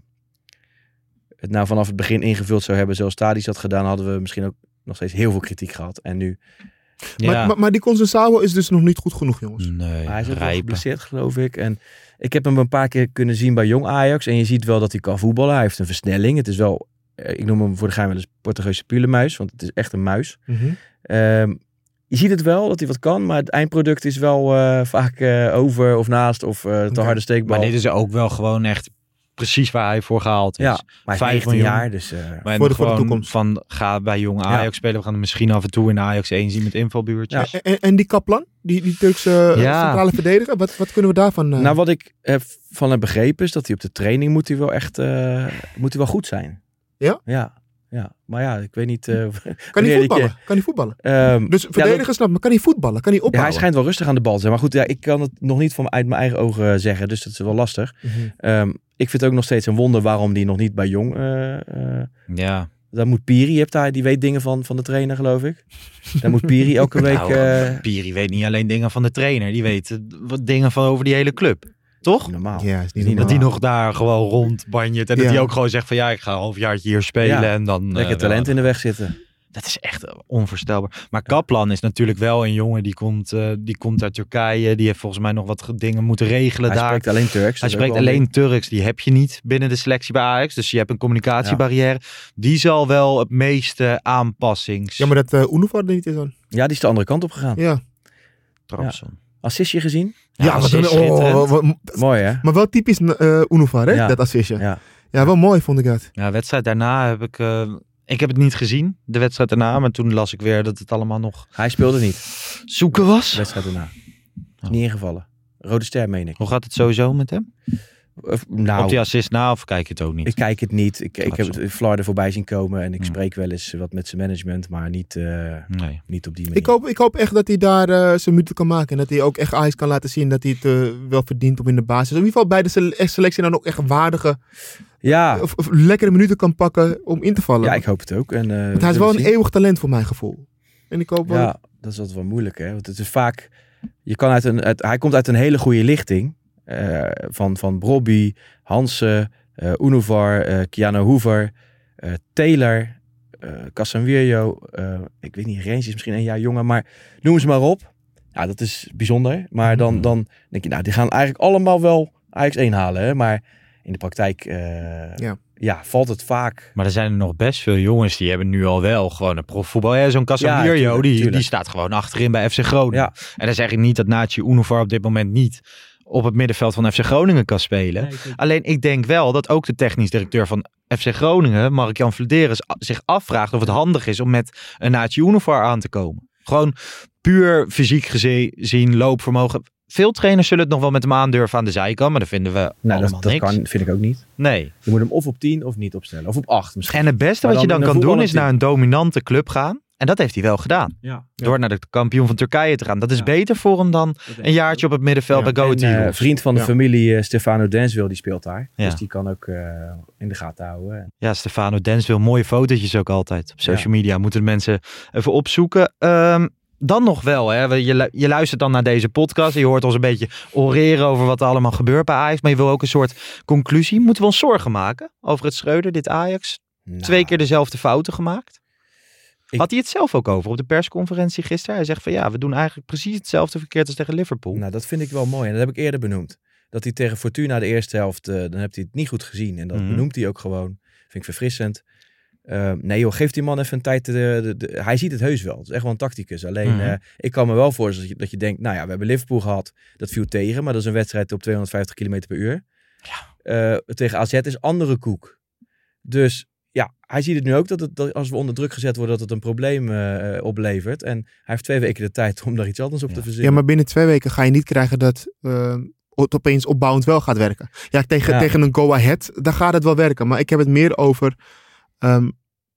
het nou vanaf het begin ingevuld zou hebben zoals Tadic had gedaan, hadden we misschien ook nog steeds heel veel kritiek gehad. En nu... Ja. Maar, maar, maar die Consensuo is dus nog niet goed genoeg, jongens. Nee, hij is ook wel geblesseerd, geloof ik. En ik heb hem een paar keer kunnen zien bij Jong Ajax. En je ziet wel dat hij kan voetballen. Hij heeft een versnelling. Het is wel, ik noem hem voor de geheim wel eens Portugese pulemuis. Want het is echt een muis. Mm-hmm. Um, je ziet het wel, dat hij wat kan. Maar het eindproduct is wel uh, vaak uh, over of naast of uh, te okay. harde steekbal. Maar dit is ook wel gewoon echt... precies waar hij voor gehaald is. Ja, maar vijftien jaar, dus... Uh, maar voor, de, voor de toekomst. Van, ga bij jonge Ajax ja. spelen. We gaan er misschien af en toe in de Ajax één zien met invalbuurtjes. Ja. En, en die Kaplan, die, die Turkse ja. centrale verdediger, wat, wat kunnen we daarvan... Uh... Nou, wat ik heb van heb begrepen is dat hij op de training moet hij wel echt uh, moet hij wel goed zijn. Ja? Ja. Ja, maar ja, ik weet niet... Uh, kan hij voetballen? Je... Kan hij voetballen? Um, dus verdedigen ja, dat... snap, maar kan hij voetballen? Kan hij opbouwen? Ja, hij schijnt wel rustig aan de bal te zijn. Maar goed, ja, ik kan het nog niet van uit mijn eigen ogen zeggen. Dus dat is wel lastig. Mm-hmm. Um, ik vind het ook nog steeds een wonder waarom die nog niet bij Jong... Uh, uh, ja. Dan moet Piri, je hebt daar, die weet dingen van, van de trainer, geloof ik. Dan moet Piri elke week... Nou, uh... Piri weet niet alleen dingen van de trainer. Die weet wat dingen van over die hele club. Toch? Normaal. Ja, is niet normaal. Dat hij nog daar gewoon rondbanjert. En ja. dat hij ook gewoon zegt van ja, ik ga een halfjaartje hier spelen. Ja. En dan... Lekker uh, talent in de weg zitten. Dat is echt onvoorstelbaar. Maar Kaplan is natuurlijk wel een jongen die komt, uh, die komt uit Turkije. Die heeft volgens mij nog wat dingen moeten regelen Hij daar. Hij spreekt alleen Turks. Hij spreekt alleen mee. Turks. Die heb je niet binnen de selectie bij Ajax. Dus je hebt een communicatiebarrière. Ja. Die zal wel het meeste aanpassings... Ja, maar dat uh, Unifar er niet is dan. Ja, die is de andere kant op gegaan. Ja. Trabzon. Ja. Assistje gezien? Ja, ja assist, wat een, oh, wat, mooi hè? Maar wel typisch uh, Unifar, hè? Ja. Dat assistje. Ja. ja, wel mooi vond ik dat. Ja, wedstrijd daarna heb ik... Uh, Ik heb het niet gezien, de wedstrijd daarna. Maar toen las ik weer dat het allemaal nog... Hij speelde niet. Zoeken was? De wedstrijd daarna. Is oh. niet ingevallen. Rode ster, meen ik. Hoe gaat het sowieso met hem? Uh, nou, op die assist na of kijk je het ook niet? Ik kijk het niet. Ik, ik heb zo. Florida voorbij zien komen en ik Hmm. spreek wel eens wat met zijn management, maar niet, uh, Nee. niet op die manier. Ik hoop, ik hoop echt dat hij daar uh, zijn minuten kan maken. En dat hij ook echt Ajax kan laten zien dat hij het uh, wel verdient om in de basis. In ieder geval bij de sele- selectie dan ook echt waardige, Ja, of, of lekkere minuten kan pakken om in te vallen. ja, ik hoop het ook. En, uh, Want hij is wel een zien. eeuwig talent voor mijn gevoel. En ik hoop wel... Ja, dat is altijd wel moeilijk, hè? Want het is vaak, je kan uit een, uit, hij komt uit een hele goede lichting. Uh, van, van Brobby, Hansen, uh, Unuvar, uh, Keanu Hoover, uh, Taylor, uh, Casemiro, uh, ik weet niet, Range is misschien een jaar jonger, maar noem ze maar op. Ja, dat is bijzonder. Maar dan, dan denk je, nou, die gaan eigenlijk allemaal wel Ajax één halen, hè? Maar in de praktijk uh, ja. ja, valt het vaak. Maar er zijn er nog best veel jongens die hebben nu al wel gewoon een profvoetbal. Ja, zo'n Casemiro, ja, tuurlijk, die, tuurlijk. die staat gewoon achterin bij F C Groningen. Ja. En dan zeg ik niet dat Nacho Unuvar op dit moment niet op het middenveld van F C Groningen kan spelen. Nee, ik... Alleen ik denk wel dat ook de technisch directeur van F C Groningen, Mark-Jan Vladeres, zich afvraagt of het handig is om met een Nacho Unuvar aan te komen. Gewoon puur fysiek gezien, loopvermogen. Veel trainers zullen het nog wel met hem aandurven aan de zijkant, maar dat vinden we nou, allemaal dat, dat niks. kan, vind ik ook niet. Nee. Je moet hem of op tien of niet opstellen. Of op acht misschien. En het beste Maar wat je dan dan in kan een doen is voetbalteam. naar een dominante club gaan. En dat heeft hij wel gedaan. Ja. Door naar de kampioen van Turkije te gaan. Dat is Ja. beter voor hem dan een jaartje op het middenveld Ja. bij Go En, Ahead uh, Eagles. vriend van de Ja. familie uh, Stefano Denswil, die speelt daar. Ja. Dus die kan ook uh, in de gaten houden. Ja, Stefano Denswil, mooie fotootjes ook altijd op social Ja. media. Moeten de mensen even opzoeken. Um, dan nog wel, hè. Je, lu- je luistert dan naar deze podcast en je hoort ons een beetje oreren over wat er allemaal gebeurt bij Ajax. Maar je wil ook een soort conclusie. Moeten we ons zorgen maken over het Schreuder, dit Ajax? Nou, Twee keer dezelfde fouten gemaakt. Ik- Had hij het zelf ook over op de persconferentie gisteren? Hij zegt van ja, we doen eigenlijk precies hetzelfde verkeerd als tegen Liverpool. Nou, dat vind ik wel mooi. En dat heb ik eerder benoemd. Dat hij tegen Fortuna de eerste helft, uh, dan heeft hij het niet goed gezien. En dat Mhm. benoemt hij ook gewoon. Vind ik verfrissend. Uh, nee joh, geef die man even een tijd. De, de, de, hij ziet het heus wel. Het is echt wel een tacticus. Alleen, Mhm. uh, ik kan me wel voorstellen dat je, dat je denkt, nou ja, we hebben Liverpool gehad. Dat viel tegen, maar dat is een wedstrijd op tweehonderdvijftig kilometer per uur. Ja. Uh, tegen A Z is andere koek. Dus ja, hij ziet het nu ook dat, het, dat als we onder druk gezet worden, dat het een probleem uh, oplevert. En hij heeft twee weken de tijd om daar iets anders op Ja. te verzinnen. Ja, maar binnen twee weken ga je niet krijgen dat uh, het opeens opbouwend wel gaat werken. Ja, tegen, Ja. tegen een go ahead, daar gaat het wel werken. Maar ik heb het meer over... Um,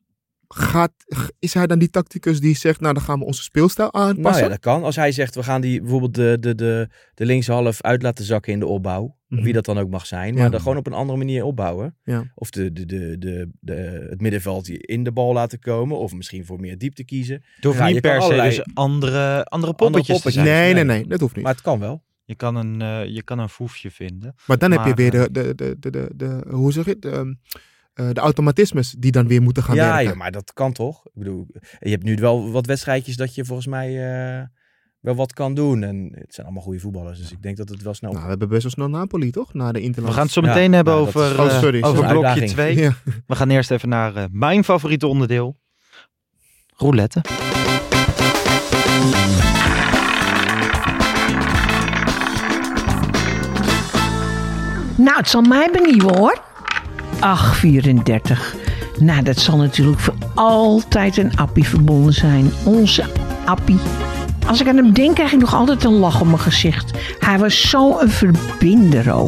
gaat, is hij dan die tacticus die zegt, nou dan gaan we onze speelstijl aanpassen? Nou ja, dat kan. Als hij zegt, we gaan die bijvoorbeeld de, de, de, de linkshalf uit laten zakken in de opbouw. Mhm. Wie dat dan ook mag zijn. Ja. Maar dan gewoon op een andere manier opbouwen. Ja. Of de, de, de, de, de, het middenveld in de bal laten komen. Of misschien voor meer diepte kiezen. Het hoeft Ja, niet je per kan se allerlei- dus andere, andere poppetjes te poppetjes. zijn. Nee, nee, nee. nee, dat hoeft niet. Maar Maar, het kan wel. Je kan een, uh, je kan een foefje vinden. dan heb je maar, weer de, de, de, de, de, de hoe zeg je het, de, um, uh, de automatismes die dan weer moeten gaan Ja, werken. ja, maar dat kan toch? Ik bedoel, je hebt nu wel wat wedstrijdjes dat je volgens mij uh, wel wat kan doen. En het zijn allemaal goede voetballers. Dus ik denk dat het wel snel... Nou, we hebben best wel snel Napoli, toch? Na de We Interland. gaan het zo Ja, meteen hebben nou, dat over, is- oh, uh, sorry, over sorry. blokje Uitdaging. twee. Ja. We gaan eerst even naar uh, mijn favoriete onderdeel. Roulette. Nou, het zal mij benieuwen hoor. Ach, vierendertig. Nou, dat zal natuurlijk voor altijd een Appie verbonden zijn. Onze Appie. Als ik aan hem denk, krijg ik nog altijd een lach op mijn gezicht. Hij was zo'n verbinder ook.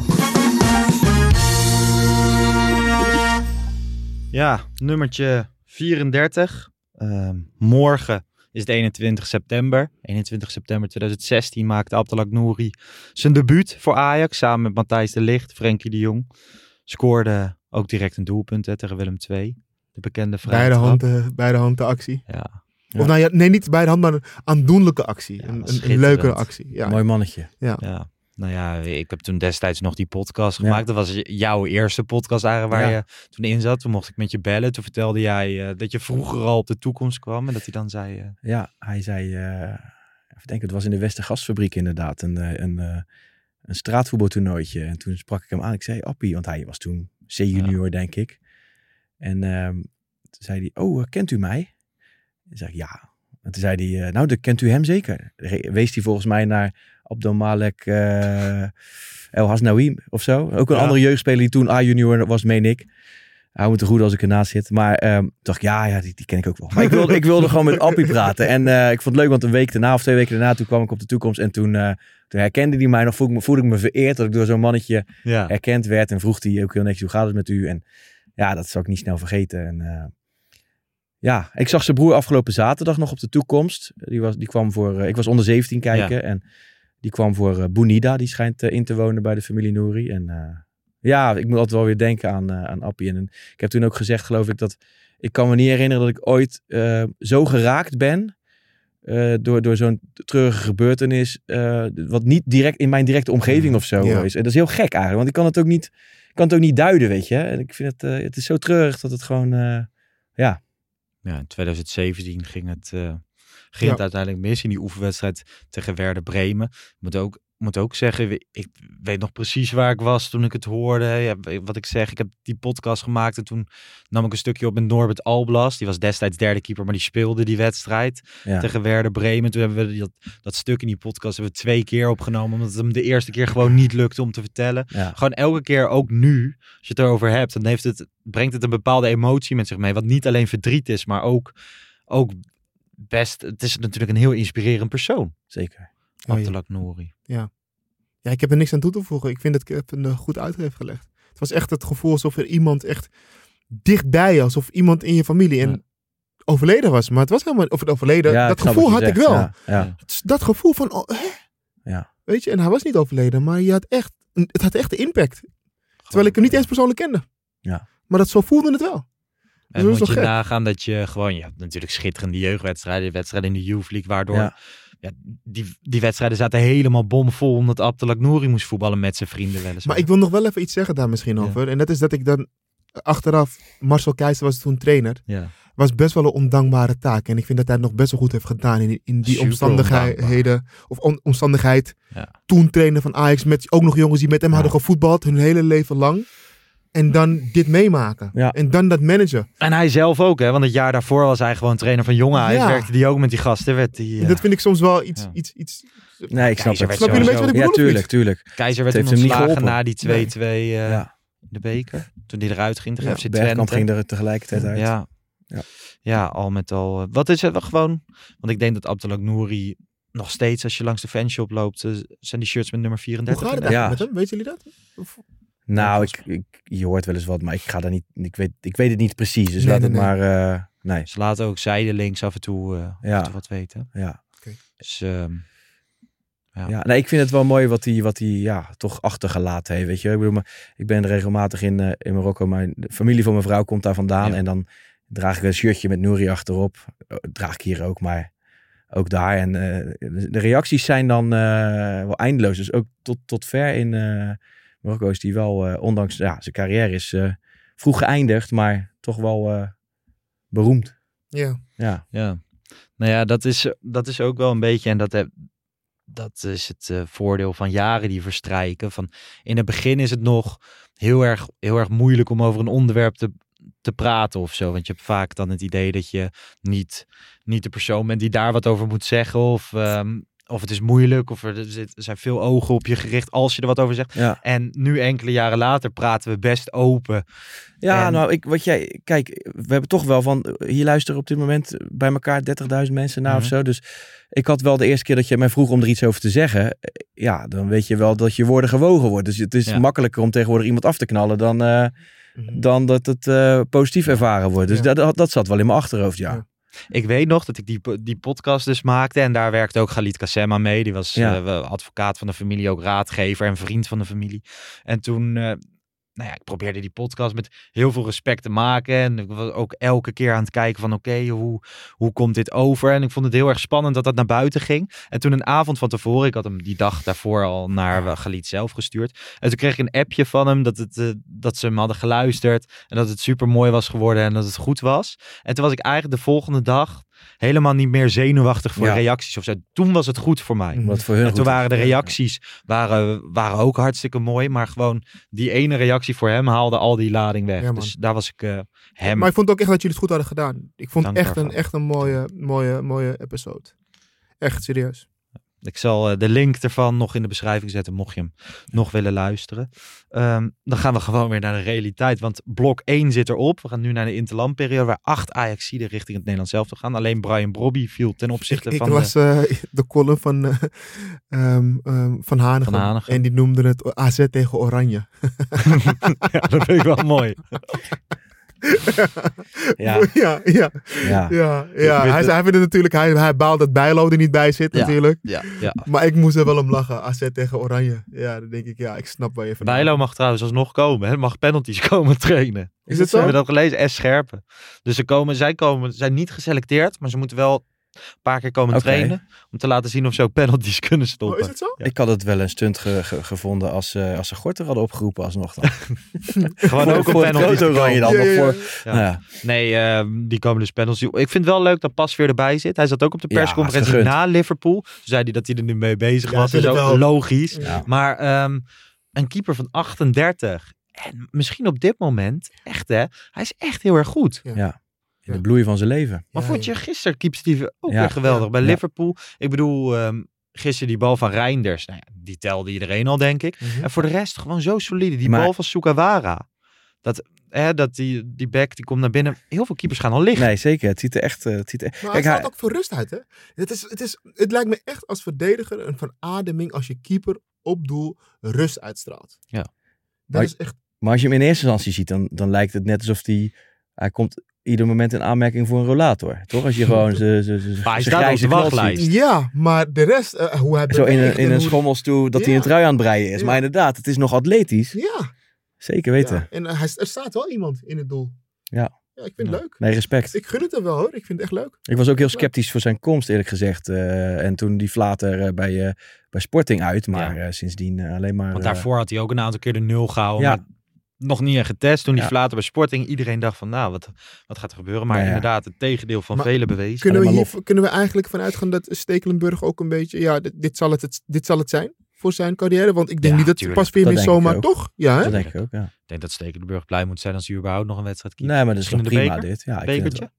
Ja, nummertje vierendertig. Uh, morgen is het eenentwintig september. eenentwintig september tweeduizend zestien maakte Abdelak Nouri zijn debuut voor Ajax. Samen met Matthijs de Ligt, Frenkie de Jong. Scoorde ook direct een doelpunt hè, tegen Willem twee. De bekende vrije Beide trap. handen, beide handen actie. Ja. Ja. Of nou ja, nee, niet beide handen, maar een aandoenlijke actie. Ja, een, een, een schitterend. leukere actie. Ja. Mooi mannetje. Ja. Ja, nou ja, ik heb toen destijds nog die podcast Ja. gemaakt. Dat was jouw eerste podcast eigenlijk waar Ja. je toen in zat. Toen mocht ik met je bellen. Toen vertelde jij uh, dat je vroeger al op de toekomst kwam. En dat hij dan zei... Uh, Ja, hij zei... Uh, ik denk het was in de Westergasfabriek inderdaad. Een, uh, een, uh, een straatvoetbaltoernooitje. En toen sprak ik hem aan. Ik zei, Appie, want hij was toen C-junior, ja. denk ik. En um, toen zei hij, oh, uh, kent u mij? En zei ik, ja. En toen zei hij, uh, nou, de, kent u hem zeker? Wees hij volgens mij naar Abdelmalek uh, El Hasnaoui of zo. Ook een ja. andere jeugdspeler die toen A-junior was, meen ik. hou me te goed als ik ernaast zit. Maar um, dacht ik, ja, ja die, die ken ik ook wel. Maar ik wilde, ik wilde gewoon met Appie praten. En uh, ik vond het leuk, want een week daarna of twee weken daarna, toen kwam ik op de toekomst. En toen, uh, toen herkende hij mij nog, voelde ik, me, voelde ik me vereerd dat ik door zo'n mannetje ja. herkend werd. En vroeg hij ook heel netjes, hoe gaat het met u? En ja, dat zal ik niet snel vergeten. En uh, ja, ik zag zijn broer afgelopen zaterdag nog op de toekomst. Die, was, die kwam voor, uh, ik was onder zeventien kijken. Ja. En die kwam voor uh, Bounida, die schijnt uh, in te wonen bij de familie Nouri. En uh, ja, ik moet altijd wel weer denken aan, uh, aan Appie. En ik heb toen ook gezegd, geloof ik, dat ik kan me niet herinneren dat ik ooit uh, zo geraakt ben uh, door, door zo'n treurige gebeurtenis, uh, wat niet direct in mijn directe omgeving of zo ja. is. En dat is heel gek eigenlijk, want ik kan het ook niet, ik kan het ook niet duiden, weet je. En ik vind het, uh, het is zo treurig dat het gewoon, uh, ja. Ja, in twintig zeventien ging het, uh, ging ja. het uiteindelijk mis in die oefenwedstrijd tegen Werder Bremen. Ik moet ook moet ook zeggen, ik weet nog precies waar ik was toen ik het hoorde. Ja, wat ik zeg, ik heb die podcast gemaakt en toen nam ik een stukje op met Norbert Alblas. Die was destijds derde keeper, maar die speelde die wedstrijd ja. tegen Werder Bremen. Toen hebben we dat, dat stuk in die podcast hebben we twee keer opgenomen, omdat het hem de eerste keer gewoon niet lukte om te vertellen. Ja. Gewoon elke keer, ook nu, als je het erover hebt, dan heeft het, brengt het een bepaalde emotie met zich mee. Wat niet alleen verdriet is, maar ook, ook best, het is natuurlijk een heel inspirerend persoon. Zeker. Abdelak Nouri. Ja. ja, ik heb er niks aan toe te voegen. Ik vind dat ik het uh, goed uit heeft gelegd. Het was echt het gevoel alsof er iemand echt dichtbij, alsof iemand in je familie en ja. overleden was. Maar het was helemaal, of het overleden, ja, dat gevoel had zegt. ik wel. Ja, ja. Dat gevoel van, oh, hè? Ja. Weet je, en hij was niet overleden, maar je had echt, het had echt de impact. Gewoon, terwijl ik hem niet eens persoonlijk kende. Ja. Maar dat zo voelde het wel. En dus moet je gek. nagaan dat je gewoon, je hebt natuurlijk schitterende jeugdwedstrijden, wedstrijden in de Youth League, waardoor... Ja. Ja, die, die wedstrijden zaten helemaal bomvol omdat Abdelak Nouri moest voetballen met zijn vrienden weliswaar. Maar ik wil nog wel even iets zeggen daar misschien over. Ja. En dat is dat ik dan achteraf, Marcel Keizer was toen trainer, ja. was best wel een ondankbare taak. En ik vind dat hij het nog best wel goed heeft gedaan in, in die Super omstandigheden. Ondankbaar. Of on, omstandigheid. Ja. Toen trainer van Ajax met ook nog jongens die met hem ja. hadden gevoetbald hun hele leven lang. En dan dit meemaken. Ja. En dan dat managen. En hij zelf ook, hè? Want het jaar daarvoor was hij gewoon trainer van Jonge Ajax. Ja. Werkte die ook met die gasten. Werd die, uh... Dat vind ik soms wel iets... Ja. iets, iets... Nee, ik snap het. Snap je een beetje wat ik bedoel? Ja, tuurlijk, tuurlijk. Keizer werd hem ontslagen na die twee-twee uh, ja. de beker. Toen die eruit ging tegen ja. F C Twente. Bergkamp ging er tegelijkertijd uit. Ja, ja. ja al met al. Uh, wat is het gewoon? Want ik denk dat Abdelak Nouri nog steeds, als je langs de fanshop loopt, uh, zijn die shirts met nummer vierendertig. Hoe gaat het eigenlijk ja. met hem? Weten jullie dat? Of... Nou, ik, ik, je hoort wel eens wat, maar ik ga daar niet. Ik weet, ik weet het niet precies. Dus nee, laat nee, het nee. maar. Uh, nee. Ze laten ook zijdelings af en toe, uh, ja. af en toe wat weten. Ja. Okay. Dus, um, ja. ja. Nee, ik vind het wel mooi wat hij, wat hij, ja, toch achtergelaten heeft. Weet je, ik bedoel, maar ik ben regelmatig in, uh, in Marokko. Mijn de familie van mijn vrouw komt daar vandaan, ja. en dan draag ik een shirtje met Nouri achterop. Draag ik hier ook, maar ook daar. En uh, de reacties zijn dan uh, wel eindeloos. Dus ook tot, tot ver in. Uh, Marokko is die wel, uh, ondanks ja, zijn carrière is uh, vroeg geëindigd, maar toch wel uh, beroemd. Ja. ja. Ja. Nou ja, dat is, dat is ook wel een beetje, en dat, heb, dat is het uh, voordeel van jaren die verstrijken. Van, in het begin is het nog heel erg, heel erg moeilijk om over een onderwerp te, te praten of zo. Want je hebt vaak dan het idee dat je niet, niet de persoon bent die daar wat over moet zeggen of... Um, Of het is moeilijk, of er, zit, er zijn veel ogen op je gericht als je er wat over zegt. Ja. En nu enkele jaren later praten we best open. Ja, en... nou, ik, wat jij, kijk, we hebben toch wel van, hier luisteren op dit moment bij elkaar dertigduizend mensen naar mm-hmm. of zo. Dus ik had wel de eerste keer dat je mij vroeg om er iets over te zeggen. Ja, dan weet je wel dat je woorden gewogen worden. Dus het is ja. makkelijker om tegenwoordig iemand af te knallen dan, uh, mm-hmm. dan dat het uh, positief ervaren wordt. Dus ja. dat, dat zat wel in mijn achterhoofd, ja. ja. Ik weet nog dat ik die, die podcast dus maakte en daar werkte ook Khalid Kassem aan mee. Die was ja. uh, advocaat van de familie, ook raadgever en vriend van de familie. En toen, uh, nou ja, ik probeerde die podcast met heel veel respect te maken. En ik was ook elke keer aan het kijken van oké, okay, hoe, hoe komt dit over? En ik vond het heel erg spannend dat dat naar buiten ging. En toen een avond van tevoren, ik had hem die dag daarvoor al naar uh, Khalid zelf gestuurd. En toen kreeg ik een appje van hem dat, het, uh, dat ze hem hadden geluisterd. En dat het super mooi was geworden en dat het goed was. En toen was ik eigenlijk de volgende dag helemaal niet meer zenuwachtig voor ja. reacties of zo. Toen was het goed voor mij. Wat voor hun en toen waren de reacties waren, waren ook hartstikke mooi, maar gewoon die ene reactie voor hem haalde al die lading weg. Ja, dus daar was ik uh, hem. Maar ik vond ook echt dat jullie het goed hadden gedaan. Ik vond Dank echt een, echt een mooie, mooie, mooie episode. Echt serieus. Ik zal uh, de link ervan nog in de beschrijving zetten, mocht je hem nog willen luisteren. Um, dan gaan we gewoon weer naar de realiteit, want blok één zit erop. We gaan nu naar de interlandperiode, waar acht Ajaxiden richting het Nederlands elftal gaan. Alleen Brian Brobby viel ten opzichte ik, ik van... Ik las uh, de column van, uh, um, um, van Hanegem. Van Hanegem. En die noemde het A Z tegen Oranje. Ja, dat vind ik wel mooi. Ja, ja, ja. ja. ja, ja. Hij, hij vindt het natuurlijk, hij, hij baalt dat Bijlo er niet bij zit ja, natuurlijk. Ja, ja. Maar ik moest er wel om lachen. A Z tegen Oranje. Ja, dan denk ik, ja, ik snap waar je van. Bijlo mag trouwens alsnog komen, hè? Mag penalties komen trainen. Is, is het zo? We hebben dat gelezen, S. Scherpen. Dus ze komen, zij komen, zijn niet geselecteerd, maar ze moeten wel een paar keer komen okay. trainen. Om te laten zien of ze ook penalties kunnen stoppen. Oh, is het zo? Ja. Ik had het wel een stunt ge- ge- gevonden als, uh, als ze Gorter hadden opgeroepen alsnog dan. Gewoon ook een penalty oranje dan. Ja, ja, ja. Voor, ja. Nou ja. Nee, uh, die komen dus penalties. Ik vind het wel leuk dat Pas weer erbij zit. Hij zat ook op de persconferentie ja, na Liverpool. Toen zei hij dat hij er nu mee bezig ja, was. Dat is ook wel. logisch. Ja. Maar um, een keeper van achtendertig. En misschien op dit moment, echt hè. Hij is echt heel erg goed. Ja. ja. In de bloei van zijn leven. Maar ja, vond je ja. gisteren keeps die ook ja, weer geweldig ja, bij ja. Liverpool? Ik bedoel, um, gisteren die bal van Reinders. Nou ja, die telde iedereen al, denk ik. Mm-hmm. En voor de rest gewoon zo solide. Die maar, bal van Sugawara. Dat, hè, dat die, die back die komt naar binnen. Heel veel keepers gaan al liggen. Nee, zeker. Het ziet er echt... Uh, het ziet er... Maar Kijk, hij staat hij... ook voor rust uit, hè? Het, is, het, is, het lijkt me echt als verdediger een verademing als je keeper op doel rust uitstraalt. Ja. Dat maar, is echt... maar als je hem in eerste instantie ziet, dan, dan lijkt het net alsof hij... Hij komt ieder moment in aanmerking voor een rollator. Toch? Als je gewoon zijn grijze knot ziet. Ja, maar de rest, uh, hoe hij Zo in een, in een hoe... schommelstoel dat ja. hij een trui aan het breien is. Ja. Maar inderdaad, het is nog atletisch. Ja. Zeker weten. Ja. En uh, hij, er staat wel iemand in het doel. Ja. Ja, ik vind het ja. leuk. Nee, respect. Ik gun het hem wel hoor. Ik vind het echt leuk. Ik was ook heel sceptisch voor zijn komst eerlijk gezegd. Uh, en toen die flater uh, bij, uh, bij Sporting uit. Maar ja. uh, sindsdien uh, alleen maar... Want daarvoor uh, had hij ook een aantal keer de nul gehouden. Ja. Maar nog niet echt getest. Toen die ja. flater bij Sporting. Iedereen dacht van nou, wat, wat gaat er gebeuren? Maar ja, ja. inderdaad, het tegendeel van maar vele bewezen. Kunnen we, hier, kunnen we eigenlijk vanuit gaan dat Stekelenburg ook een beetje... Ja, dit, dit, zal, het, het, dit zal het zijn voor zijn carrière. Want ik denk ja, niet dat tuurlijk. Pas weer meer zomaar toch? Ja, hè? Dat denk ik ook, ja. Ik denk dat Stekelenburg blij moet zijn als hij überhaupt nog een wedstrijd kiest. Nee, maar dat is toch prima beker? dit. Ja, ik Bekertje?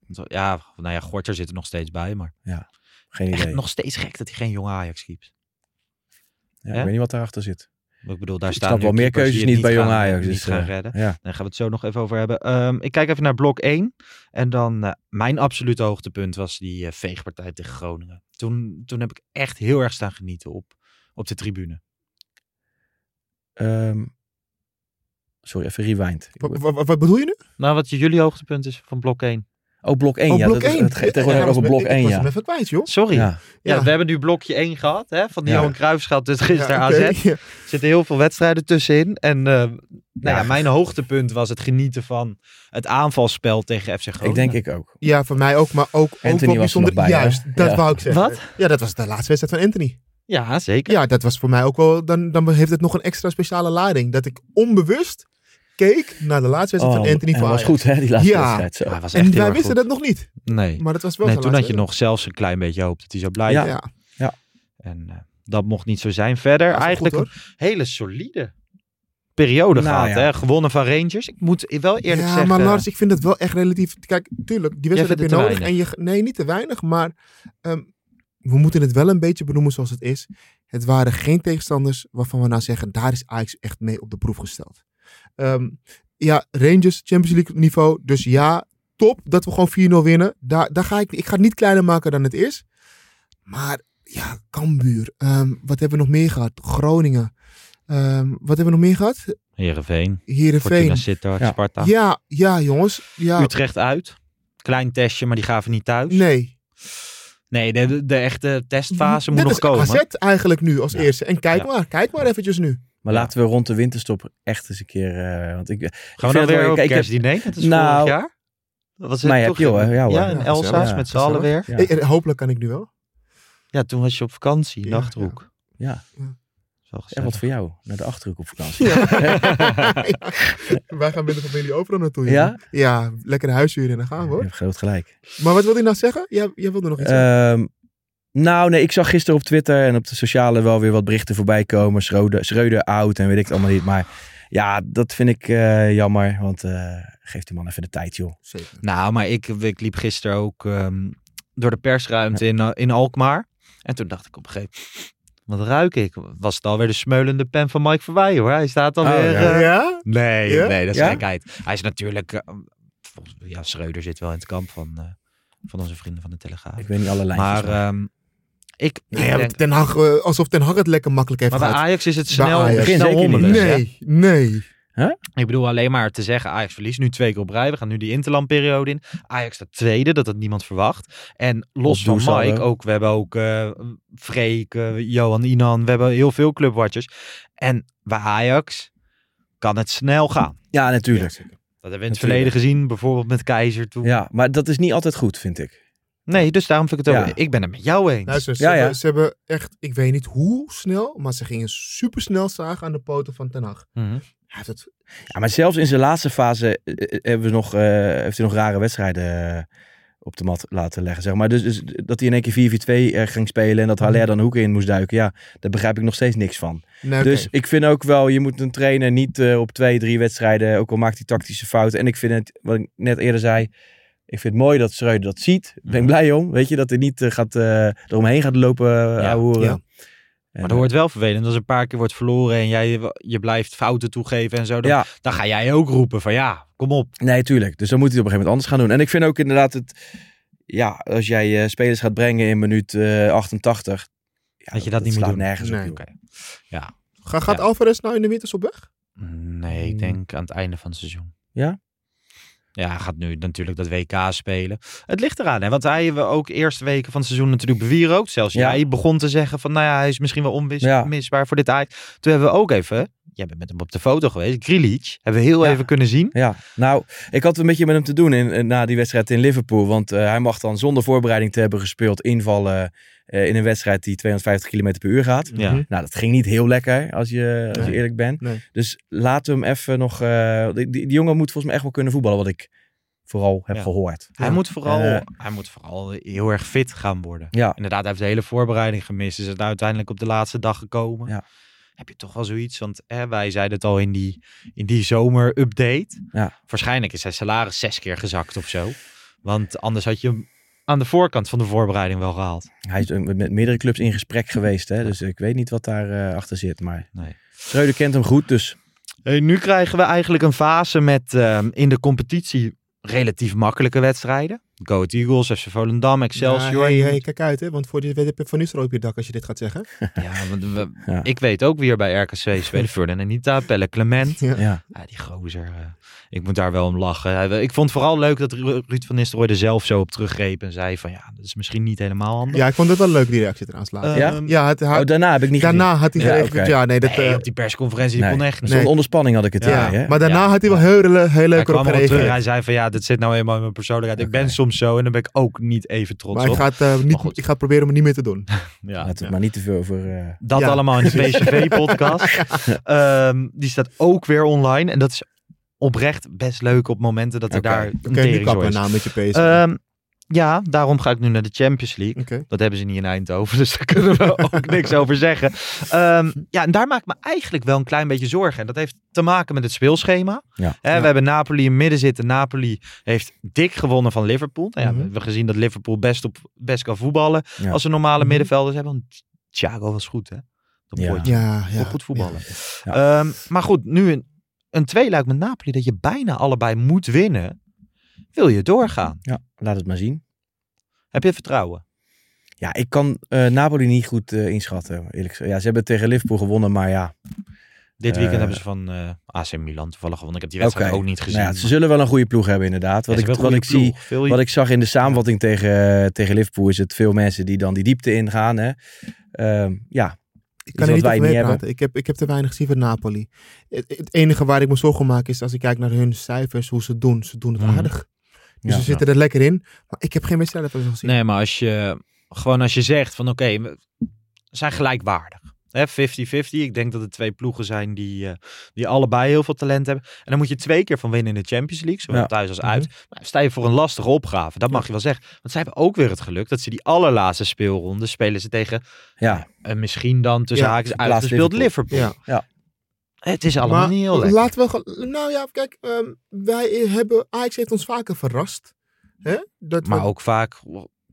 Ja, nou ja, Gorter zit er nog steeds bij. Maar ja, geen idee. Echt nog steeds gek dat hij geen jonge Ajax keept. Ja, ik weet niet wat daarachter zit. Ik bedoel, daar ik staan snap wel meer keuzes niet bij Jong Ajax. Niet dus, gaan uh, redden. Ja. Daar gaan we het zo nog even over hebben. Um, ik kijk even naar blok één. En dan uh, mijn absolute hoogtepunt was die uh, veegpartij tegen Groningen. Toen, toen heb ik echt heel erg staan genieten op, op de tribune. Um, sorry, even rewind. Wat, wat, wat bedoel je nu? Nou, wat jullie hoogtepunt is van blok één. Oh, blok één. Oh, ja, blok dat één. is, het gaat tegenwoordig ja, over blok één, ik was ja. hem even kwijt, joh. Sorry. Ja. Ja, ja. we hebben nu blokje één gehad, hè, van die ja. Johan Cruijffschap dus gisteren ja, okay. A Z. Er zitten heel veel wedstrijden tussenin. En uh, nou ja. Ja, mijn hoogtepunt was het genieten van het aanvalsspel tegen F C Groningen. Ik denk ik ook. Ja, voor mij ook, maar ook, ook wel bijzonder. Bij, juist, hè? dat ja. wou ik zeggen. Wat? Ja, dat was de laatste wedstrijd van Anthony. Ja, zeker. Ja, dat was voor mij ook wel, dan, dan heeft het nog een extra speciale lading. Dat ik onbewust keek naar de laatste wedstrijd oh, van Anthony van Ajax. Dat was goed, hè, die laatste ja. wedstrijd. Zo. Ja, was echt en wij wisten goed. dat nog niet. Nee. Maar dat was wel nee, zo toen had je wedstrijd. nog zelfs een klein beetje hoop dat hij zou blijven. Ja. ja. ja. En uh, dat mocht niet zo zijn. Verder ja, eigenlijk goed, een hele solide periode nou, gehad. Ja. Hè? Gewonnen van Rangers. Ik moet wel eerlijk ja, zeggen. maar Lars, ik vind het wel echt relatief. Kijk, tuurlijk, die wedstrijd heb je nodig. En je, nee, niet te weinig. Maar um, we moeten het wel een beetje benoemen zoals het is. Het waren geen tegenstanders waarvan we nou zeggen, daar is Ajax echt mee op de proef gesteld. Um, ja, Rangers, Champions League niveau. Dus ja, top dat we gewoon vier nul winnen. Daar, daar ga ik, ik ga het niet kleiner maken dan het is. Maar ja, Cambuur. Um, wat hebben we nog meer gehad? Groningen. Um, wat hebben we nog meer gehad? Heerenveen. Heerenveen. Fortuna Sittard, ja. Sparta. Ja, ja jongens. Ja. Utrecht uit. Klein testje, maar die gaven niet thuis. Nee. Nee, de, de echte testfase moet nog komen. Dit is A Z eigenlijk nu als ja. eerste. En kijk ja. maar, kijk maar eventjes nu. Maar ja. laten we rond de winterstop echt eens een keer... Uh, want ik, Gaan we dan weer op kerstdiner? Dat is nou, vorig jaar. Dat was maar heb je hoor. Ja, ja, in Elsa's ja, met z'n allen weer. Ja. Hey, hopelijk kan ik nu wel. Ja, toen was je op vakantie, ja, Nachthoek. Ja. ja. Ja, wat voor jou? Naar de Achterhoek op vakantie. Ja. ja. Wij gaan met de familie overal naartoe. Ja? Ja? Ja, lekker een huishuur en dan gaan we hoor. Je hebt groot gelijk. Maar wat wilde je nou zeggen? Jij, jij wilde nog iets um, zeggen. Nou, nee, ik zag gisteren op Twitter en op de sociale wel weer wat berichten voorbij komen. Schreuder, Schreuder oud en weet ik het allemaal niet. Maar ja, dat vind ik uh, jammer. Want uh, geef die man even de tijd, joh. Zeker. Nou, maar ik, ik liep gisteren ook um, door de persruimte ja. in, uh, in Alkmaar. En toen dacht ik op een gegeven moment, wat ruik ik? Was het alweer de smeulende pen van Mike Verwij, hoor. Hij staat alweer... Oh, ja. Uh... ja? Nee, ja? nee, dat is ja? gekheid. Hij is natuurlijk... Uh, volgens, ja, Schreuder zit wel in het kamp van, uh, van onze vrienden van de Telegraaf. Ik weet niet alle lijntjes. Maar um, ik, Nee, ik ja, denk... Ten Hag, uh, alsof Ten Hag het lekker makkelijk heeft Maar bij gehad. Ajax is het Bij snel, Ajax. snel Zeker niet. hommelen. Nee, nee. Huh? Ik bedoel alleen maar te zeggen, Ajax verliest nu twee keer op rij. We gaan nu die interlandperiode in. Ajax staat tweede, dat had niemand verwacht. En los Op van doelsaldo. Mike, ook, we hebben ook uh, Freek, uh, Johan Inan. We hebben heel veel clubwatchers. En bij Ajax kan het snel gaan. Ja, natuurlijk. Dat hebben we in het Natuurlijk. verleden gezien, bijvoorbeeld met Keizer toen. Ja, maar dat is niet altijd goed, vind ik. Nee, dus daarom vind ik het ook... Ja. Ik ben het met jou eens. Luister, ze, Ja, ja. Hebben, ze hebben echt, ik weet niet hoe snel, maar ze gingen supersnel zagen aan de poten van Ten Hag. Mm-hmm. Hij heeft het... Ja, maar zelfs in zijn laatste fase eh, hebben we nog, uh, heeft hij nog rare wedstrijden uh, op de mat laten leggen. Zeg maar. Dus, dus dat hij in één keer vier vier twee uh, ging spelen en dat Haller dan de hoek in moest duiken. Ja, daar begrijp ik nog steeds niks van. Nee, Dus okay. ik vind ook wel, je moet een trainer niet uh, op twee, drie wedstrijden, ook al maakt hij tactische fouten. En ik vind het, wat ik net eerder zei, ik vind het mooi dat Schreuder dat ziet. Ik ben blij om, weet je, dat hij niet uh, gaat, uh, eromheen gaat lopen uh, Ja, horen. ja. Maar dat wordt wel vervelend als een paar keer wordt verloren en jij je blijft fouten toegeven en zo. Dan, Ja. dan ga jij ook roepen van ja, kom op. Nee, tuurlijk. Dus dan moet hij het op een gegeven moment anders gaan doen. En ik vind ook inderdaad het, ja, als jij uh, spelers gaat brengen in minuut uh, achtentachtig. Ja, dat je dat, dat niet moet doen. Nergens nee. op. Okay. Ja. Ga, gaat ja. Alvarez nou in de winters op weg? Nee, ik denk aan het einde van het seizoen. Ja? Ja, hij gaat nu natuurlijk dat W K spelen. Het ligt eraan, hè? Want hij hebben ook eerste weken van het seizoen natuurlijk bewierookt. Zelfs Ja. jij begon te zeggen van, nou ja, hij is misschien wel onmisbaar Ja. voor dit Ajax. Toen hebben we ook even, jij bent met hem op de foto geweest, Grealish, hebben we heel Ja. even kunnen zien. Ja, nou, ik had een beetje met hem te doen in, in- na die wedstrijd in Liverpool. Want uh, hij mag dan zonder voorbereiding te hebben gespeeld invallen uh, in een wedstrijd die tweehonderdvijftig kilometer per uur gaat. Ja. Mhm. Nou, dat ging niet heel lekker, als je, als je Nee. eerlijk bent. Nee. Dus laten we hem even nog... Uh, die, die jongen moet volgens mij echt wel kunnen voetballen, wat ik vooral heb Ja. gehoord. Hij, Ja. moet vooral, Eh. hij moet vooral heel erg fit gaan worden. Ja. Inderdaad, hij heeft de hele voorbereiding gemist. Is het uiteindelijk op de laatste dag gekomen. Ja. Heb je toch wel zoiets? Want hè, wij zeiden het al in die, in die zomer-update. Ja. Waarschijnlijk is zijn salaris zes keer gezakt of zo. Want anders had je hem aan de voorkant van de voorbereiding wel gehaald. Hij is met meerdere clubs in gesprek geweest, hè? Dus ik weet niet wat daar uh, achter zit. Maar Nee. Schreuder kent hem goed, dus... Hey, nu krijgen we eigenlijk een fase met uh, in de competitie relatief makkelijke wedstrijden. Go Ahead Eagles, F C Volendam, Excelsior. Ja, hey, hey, kijk uit, hè, want voor dit weet heb je Van Nistelrooy op je dak als je dit gaat zeggen. Ja, want we, Ja. ik weet ook wie er bij R K C spelen. Ferdinand Anita, Pelle Clement. Ja. Ja. Ja, die gozer. Uh, ik moet daar wel om lachen. Hij- ik vond vooral leuk dat Ru- Ruud van Nistelrooy er zelf zo op teruggreep en zei van ja, dat is misschien niet helemaal handig. Ja, ik vond het wel leuk, die reactie trouwens later. Ja? Ehm, Ja, het, hij- Oh, daarna heb ik niet daarna had hij Ja, gereageerd. oké. Ja, nee, dat... nee, eh, op die persconferentie die Nee. kon echt niet. Zonder Nee. onderspanning had ik het ja, idee, hè? maar daarna Ja. had hij wel heel, heel Hij leuk kwam erop erop terug. gereageerd. Hij zei van ja, dit zit nou eenmaal in mijn persoonlijkheid. Ik ben Oké. soms zo en dan ben ik ook niet even trots Maar ik op. ga, het, uh, Maar niet, goed. ik ga het proberen om het niet meer te doen. Ja. Laten we het Ja. maar niet te veel over... Uh... Dat Ja. allemaal in de P S V-podcast. Ehm, die staat ook weer online. En dat is oprecht best leuk op momenten dat er Oké. daar een Oké, nu tering zo kappen we is. nou met je P S V. Ehm, ja, daarom ga ik nu naar de Champions League. Oké. Dat hebben ze niet in Eindhoven, dus daar kunnen we ook niks over zeggen. Ehm, ja, en daar maak ik me eigenlijk wel een klein beetje zorgen. En dat heeft te maken met het speelschema. Ja. Hè, Ja. We hebben Napoli in het midden zitten. Napoli heeft dik gewonnen van Liverpool. Nou ja, Mhm. We hebben gezien dat Liverpool best, op, best kan voetballen. Ja. Als ze normale Mhm. middenvelders hebben. Want Thiago was goed, hè? Dat Ja. potje. Ja, ja. Kon goed voetballen. Ja. Ehm, maar goed, nu een, een tweeluik met Napoli dat je bijna allebei moet winnen. Wil je doorgaan? Ja, laat het maar zien. Heb je vertrouwen? Ja, ik kan uh, Napoli niet goed uh, inschatten, eerlijk gezegd. Ja, ze hebben tegen Liverpool gewonnen, maar ja. Dit weekend Uh, hebben ze van uh, A C Milan toevallig gewonnen. Ik heb die wedstrijd Oké. ook niet gezien. Nou ja, ze zullen wel een goede ploeg hebben, inderdaad. Wat Ja, ik, ze hebben wat een ik goede zie, ploeg. Veel- wat ik zag in de samenvatting tegen, tegen Liverpool, is het veel mensen die dan die diepte ingaan. Hè. Uh, ja. Ik kan wat er niet wij over niet meepraten. hebben. Ik heb, ik heb te weinig gezien van Napoli. Het, het enige waar ik me zorgen maak is als ik kijk naar hun cijfers, hoe ze het doen. Ze doen het Mhm. aardig. Dus Ja, ze zitten er lekker in. Maar ik heb geen wedstrijd van ze gezien. Nee, maar als je gewoon als je zegt van oké, okay, we zijn gelijkwaardig. vijftig vijftig. Ik denk dat het twee ploegen zijn die, uh, die allebei heel veel talent hebben. En dan moet je twee keer van winnen in de Champions League. Zowel Ja. thuis als uit. Nou, sta je voor een lastige opgave. Dat mag je wel zeggen. Want zij hebben ook weer het geluk dat ze die allerlaatste speelronde spelen ze tegen Ja. uh, misschien dan tussen Ja, haakjes plaats uitgespeeld Liverpool. Liverpool. Ja. Het is allemaal Maar niet heel lekker. laten we gewoon... Nou ja, kijk. Um, wij hebben... Ajax heeft ons vaker verrast. Hè? Dat Maar we, ook vaak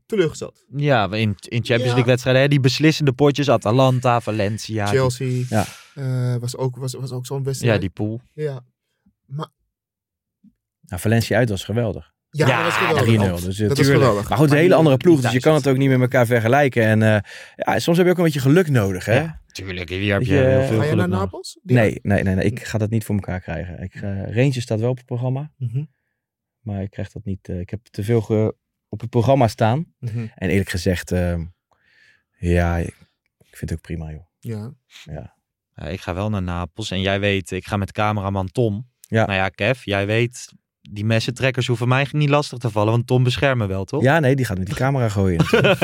teleurgesteld. Ja, in, in Champions Ja. League wedstrijden, hè, die beslissende potjes, Atalanta, Valencia. Chelsea Die, Ja. uh, was, ook, was, was ook zo'n wedstrijd. ja, die pool. Ja, maar Nou, Valencia uit was geweldig. ja, Ja, dat was geweldig. drie nul. Dus, uh, dat was tuurlijk. geweldig. Maar goed, een hele die- andere ploeg, die dus je thuis kan het ook niet met elkaar vergelijken. En uh, ja, soms heb je ook een beetje geluk nodig, hè? Ja, tuurlijk, hier heb je Weet je, heel ga veel Ga je naar geluk nodig. Napels? Nee, nee, nee, nee, ik ga dat niet voor elkaar krijgen. Ik, uh, Rangers staat wel op het programma, Mhm, maar ik krijg dat niet. Uh, ik heb te veel ge- op het programma staan. mhm. En eerlijk gezegd, uh, ja, ik vind het ook prima, joh. Ja. Ja. Ja, ik ga wel naar Napels en jij weet, ik ga met cameraman Tom. Ja. Nou ja, Kev, jij weet, die messentrekkers hoeven mij niet lastig te vallen, want Tom beschermt me wel, toch? Ja, nee, die gaat met die camera gooien.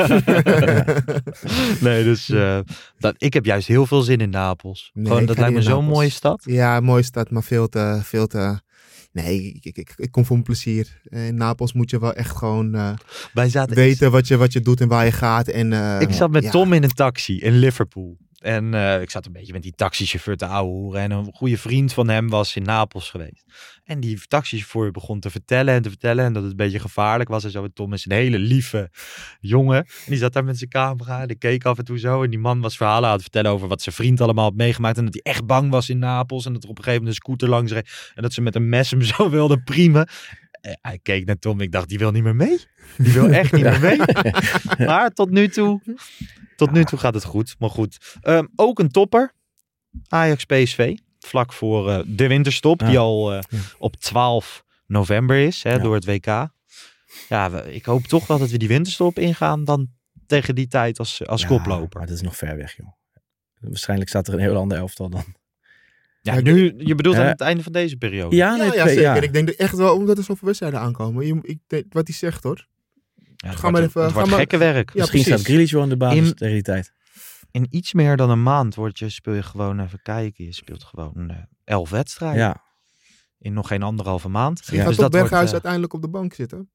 Nee, dus uh, dat, ik heb juist heel veel zin in Napels. Nee, Gewoon, ik dat ga lijkt me niet naar zo'n Napels. mooie stad. Ja, mooie stad, maar veel te... Veel te... Nee, ik, ik, ik, ik kom voor mijn plezier. In Napels moet je wel echt gewoon uh, Wij zaten weten wat je, wat je doet en waar je gaat. En, uh, Ik zat met ja. Tom in een taxi in Liverpool. En uh, ik zat een beetje met die taxichauffeur te ouwehoeren. En een goede vriend van hem was in Napels geweest. En die taxichauffeur begon te vertellen en te vertellen. En dat het een beetje gevaarlijk was. En zo. En Tom is een hele lieve jongen. En die zat daar met zijn camera. En die keek af en toe zo. En die man was verhalen aan het vertellen over wat zijn vriend allemaal had meegemaakt. En dat hij echt bang was in Napels. En dat er op een gegeven moment een scooter langs reed. En dat ze met een mes hem zo wilden priemen. En hij keek naar Tom. Ik dacht, die wil niet meer mee. Die wil echt niet meer mee. Maar tot nu toe... Tot nu toe gaat het goed, maar goed. Um, ook een topper. Ajax P S V. Vlak voor uh, de winterstop. Ja. Die al uh, Ja. op twaalf november is. Hè, Ja. door het W K. Ja, we, ik hoop toch wel dat we die winterstop ingaan. Dan tegen die tijd als, als Ja, koploper. Maar dat is nog ver weg, joh. Waarschijnlijk staat er een heel ander elftal dan. Ja, nu, je bedoelt aan Uh, het einde van deze periode. Ja, Ja, nee, ja, twee- zeker. ja. Ik denk dat echt wel, omdat er zoveel wedstrijden aankomen. Je, ik denk, wat hij zegt, hoor. Ja, het Ga maar wordt, even- het ga wordt maar- gekke werk. Ja, Misschien precies. staat Grealish wel aan de basis In- tegen die tijd. In iets meer dan een maand word je, speel je gewoon even kijken. Je speelt gewoon uh, elf wedstrijden. Ja. In nog geen anderhalve maand. Je Ja, gaat dus toch dat wordt, Berghuis uh, uiteindelijk op de bank zitten.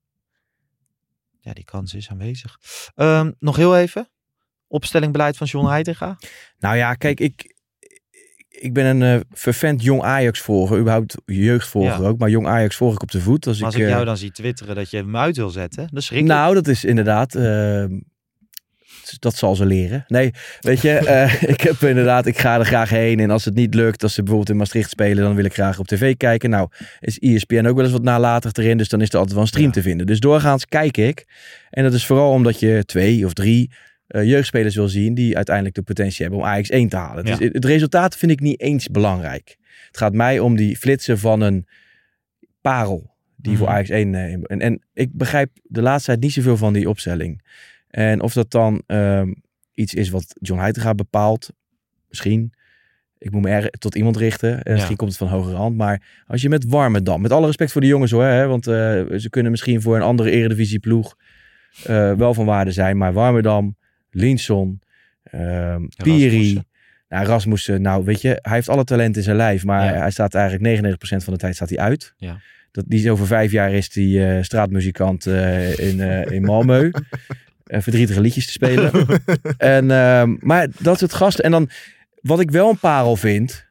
Ja, die kans is aanwezig. Um, nog heel even. Opstelling beleid van John Heitinga. Nou ja, kijk, ik, ik ben een uh, vervent jong Ajax volger. Überhaupt jeugdvolger Ja. ook. Maar jong Ajax volg ik op de voet. Als Maar als ik, ik uh, jou dan zie twitteren dat je hem uit wil zetten, dan schrik ik. Nou, dat is inderdaad... Uh, dat zal ze leren. Nee, weet je, uh, ik heb inderdaad, ik ga er graag heen. En als het niet lukt, als ze bijvoorbeeld in Maastricht spelen, dan wil ik graag op tv kijken. Nou, is E S P N ook wel eens wat nalatig erin, dus dan is er altijd wel een stream Ja. te vinden. Dus doorgaans kijk ik. En dat is vooral omdat je twee of drie uh, jeugdspelers wil zien die uiteindelijk de potentie hebben om Ajax één te halen. Ja. Dus het resultaat vind ik niet eens belangrijk. Het gaat mij om die flitsen van een parel die Mhm. voor Ajax één... Uh, in- en, en ik begrijp de laatste tijd niet zoveel van die opstelling. En of dat dan um, iets is wat John Heitinga bepaalt, misschien. Ik moet me er tot iemand richten. En Ja. misschien komt het van hogere hand. Maar als je met Warmerdam, met alle respect voor de jongens hoor, hè, want uh, ze kunnen misschien voor een andere eredivisieploeg uh, wel van waarde zijn. Maar Warmerdam, Linson, um, Piri, Rasmussen. nou, Rasmussen, nou weet je, hij heeft alle talent in zijn lijf. Maar Ja. hij staat eigenlijk negenennegentig procent van de tijd staat hij uit. Ja. Dat, die is over vijf jaar is die uh, straatmuzikant uh, in, uh, in Malmö. Uh, verdrietige liedjes te spelen. en, uh, maar dat is het gasten. En dan, wat ik wel een parel vind,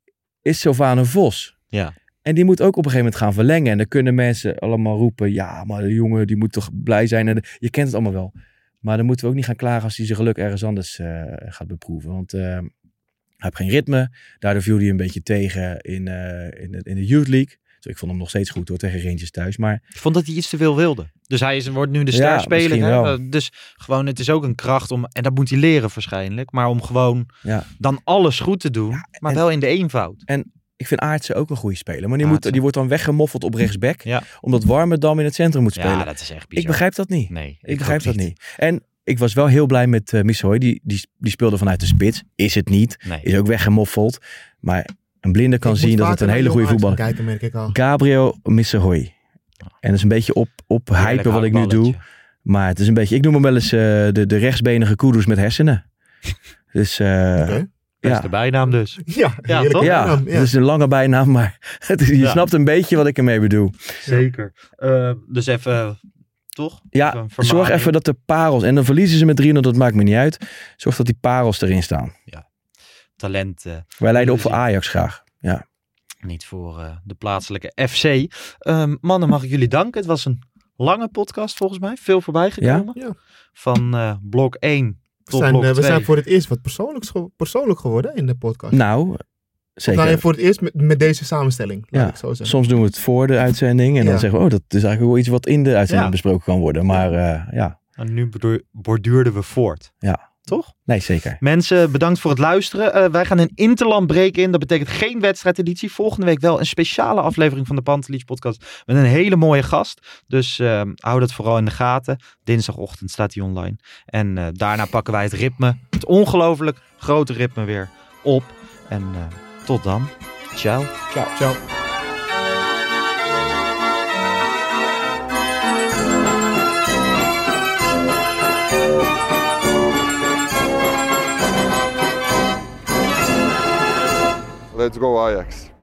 is Sylvane Vos. Ja. En die moet ook op een gegeven moment gaan verlengen. En dan kunnen mensen allemaal roepen, ja, maar de jongen die moet toch blij zijn. En je kent het allemaal wel. Maar dan moeten we ook niet gaan klagen als hij zijn geluk ergens anders uh, gaat beproeven. Want uh, hij heeft geen ritme. Daardoor viel hij een beetje tegen in, uh, in, de, in de Youth League. Dus ik vond hem nog steeds goed hoor, tegen Rangers thuis. Maar Ik vond dat hij iets te veel wilde. Dus hij is, wordt nu de Ja, sterspeler. misschien hè? wel. Dus gewoon, het is ook een kracht om, en dat moet hij leren waarschijnlijk, maar om gewoon ja. dan alles goed te doen, maar en- wel in de eenvoud. Ik vind Aartsen ook een goede speler. Maar die, moet, Aartsen. die wordt dan weggemoffeld op rechtsback. Ja. Omdat Warmerdam in het centrum moet spelen. Ja, dat is echt bizar. Ik begrijp dat niet. Nee, Ik begrijp ook dat niet. En ik was wel heel blij met uh, Missoy. Die, die, die speelde vanuit de spits. Is het niet. Nee. Is ook weggemoffeld. Maar een blinde kan Ik moet zien dat het vaker een hele naar goede Jong voetballer Ajax gaan kijken, merk ik al. Gabriel Missoy. En dat is een beetje op, op Heerlijk hypen wat ik nu houtballetje. doe. Maar het is een beetje... Ik noem hem wel eens uh, de, de rechtsbenige Kudus met hersenen. Dus... Uh, Oké. Beste ja. bijnaam dus. Ja, Ja, heerlijk toch? Ja, bijnaam, het is een lange bijnaam, maar het is, je Ja. snapt een beetje wat ik ermee bedoel. Zeker. Uh, dus even, toch? Ja, Even een vermaning. zorg even dat de parels... En dan verliezen ze met drie nul, dat maakt me niet uit. Zorg dat die parels erin staan. Talent. Uh, Wij leiden op zien. voor Ajax graag. Ja. Niet voor uh, de plaatselijke F C. Um, mannen, mag ik jullie danken. Het was een lange podcast volgens mij. Veel voorbij gekomen. Ja. Van uh, blok één We tot zijn, blok uh, we twee. zijn voor het eerst wat persoonlijk, persoonlijk geworden in de podcast. Nou, zeker. Nou, voor het eerst met, met deze samenstelling, laat Ja, ik zo zeggen. soms doen we het voor de uitzending en Ja. dan zeggen we, oh, dat is eigenlijk wel iets wat in de uitzending Ja. besproken kan worden. Maar uh, ja. En nu bordu- borduurden we voort. Ja. Toch? Nee, zeker. Mensen, bedankt voor het luisteren. Uh, wij gaan een interland break in. Dat betekent geen wedstrijdeditie. Volgende week wel een speciale aflevering van de Pantelich podcast. Met een hele mooie gast. Dus uh, hou dat vooral in de gaten. Dinsdagochtend staat hij online. En uh, daarna pakken wij het ritme. Het ongelooflijk grote ritme weer op. En uh, tot dan. Ciao. Ciao. Ciao. Let's go Ajax.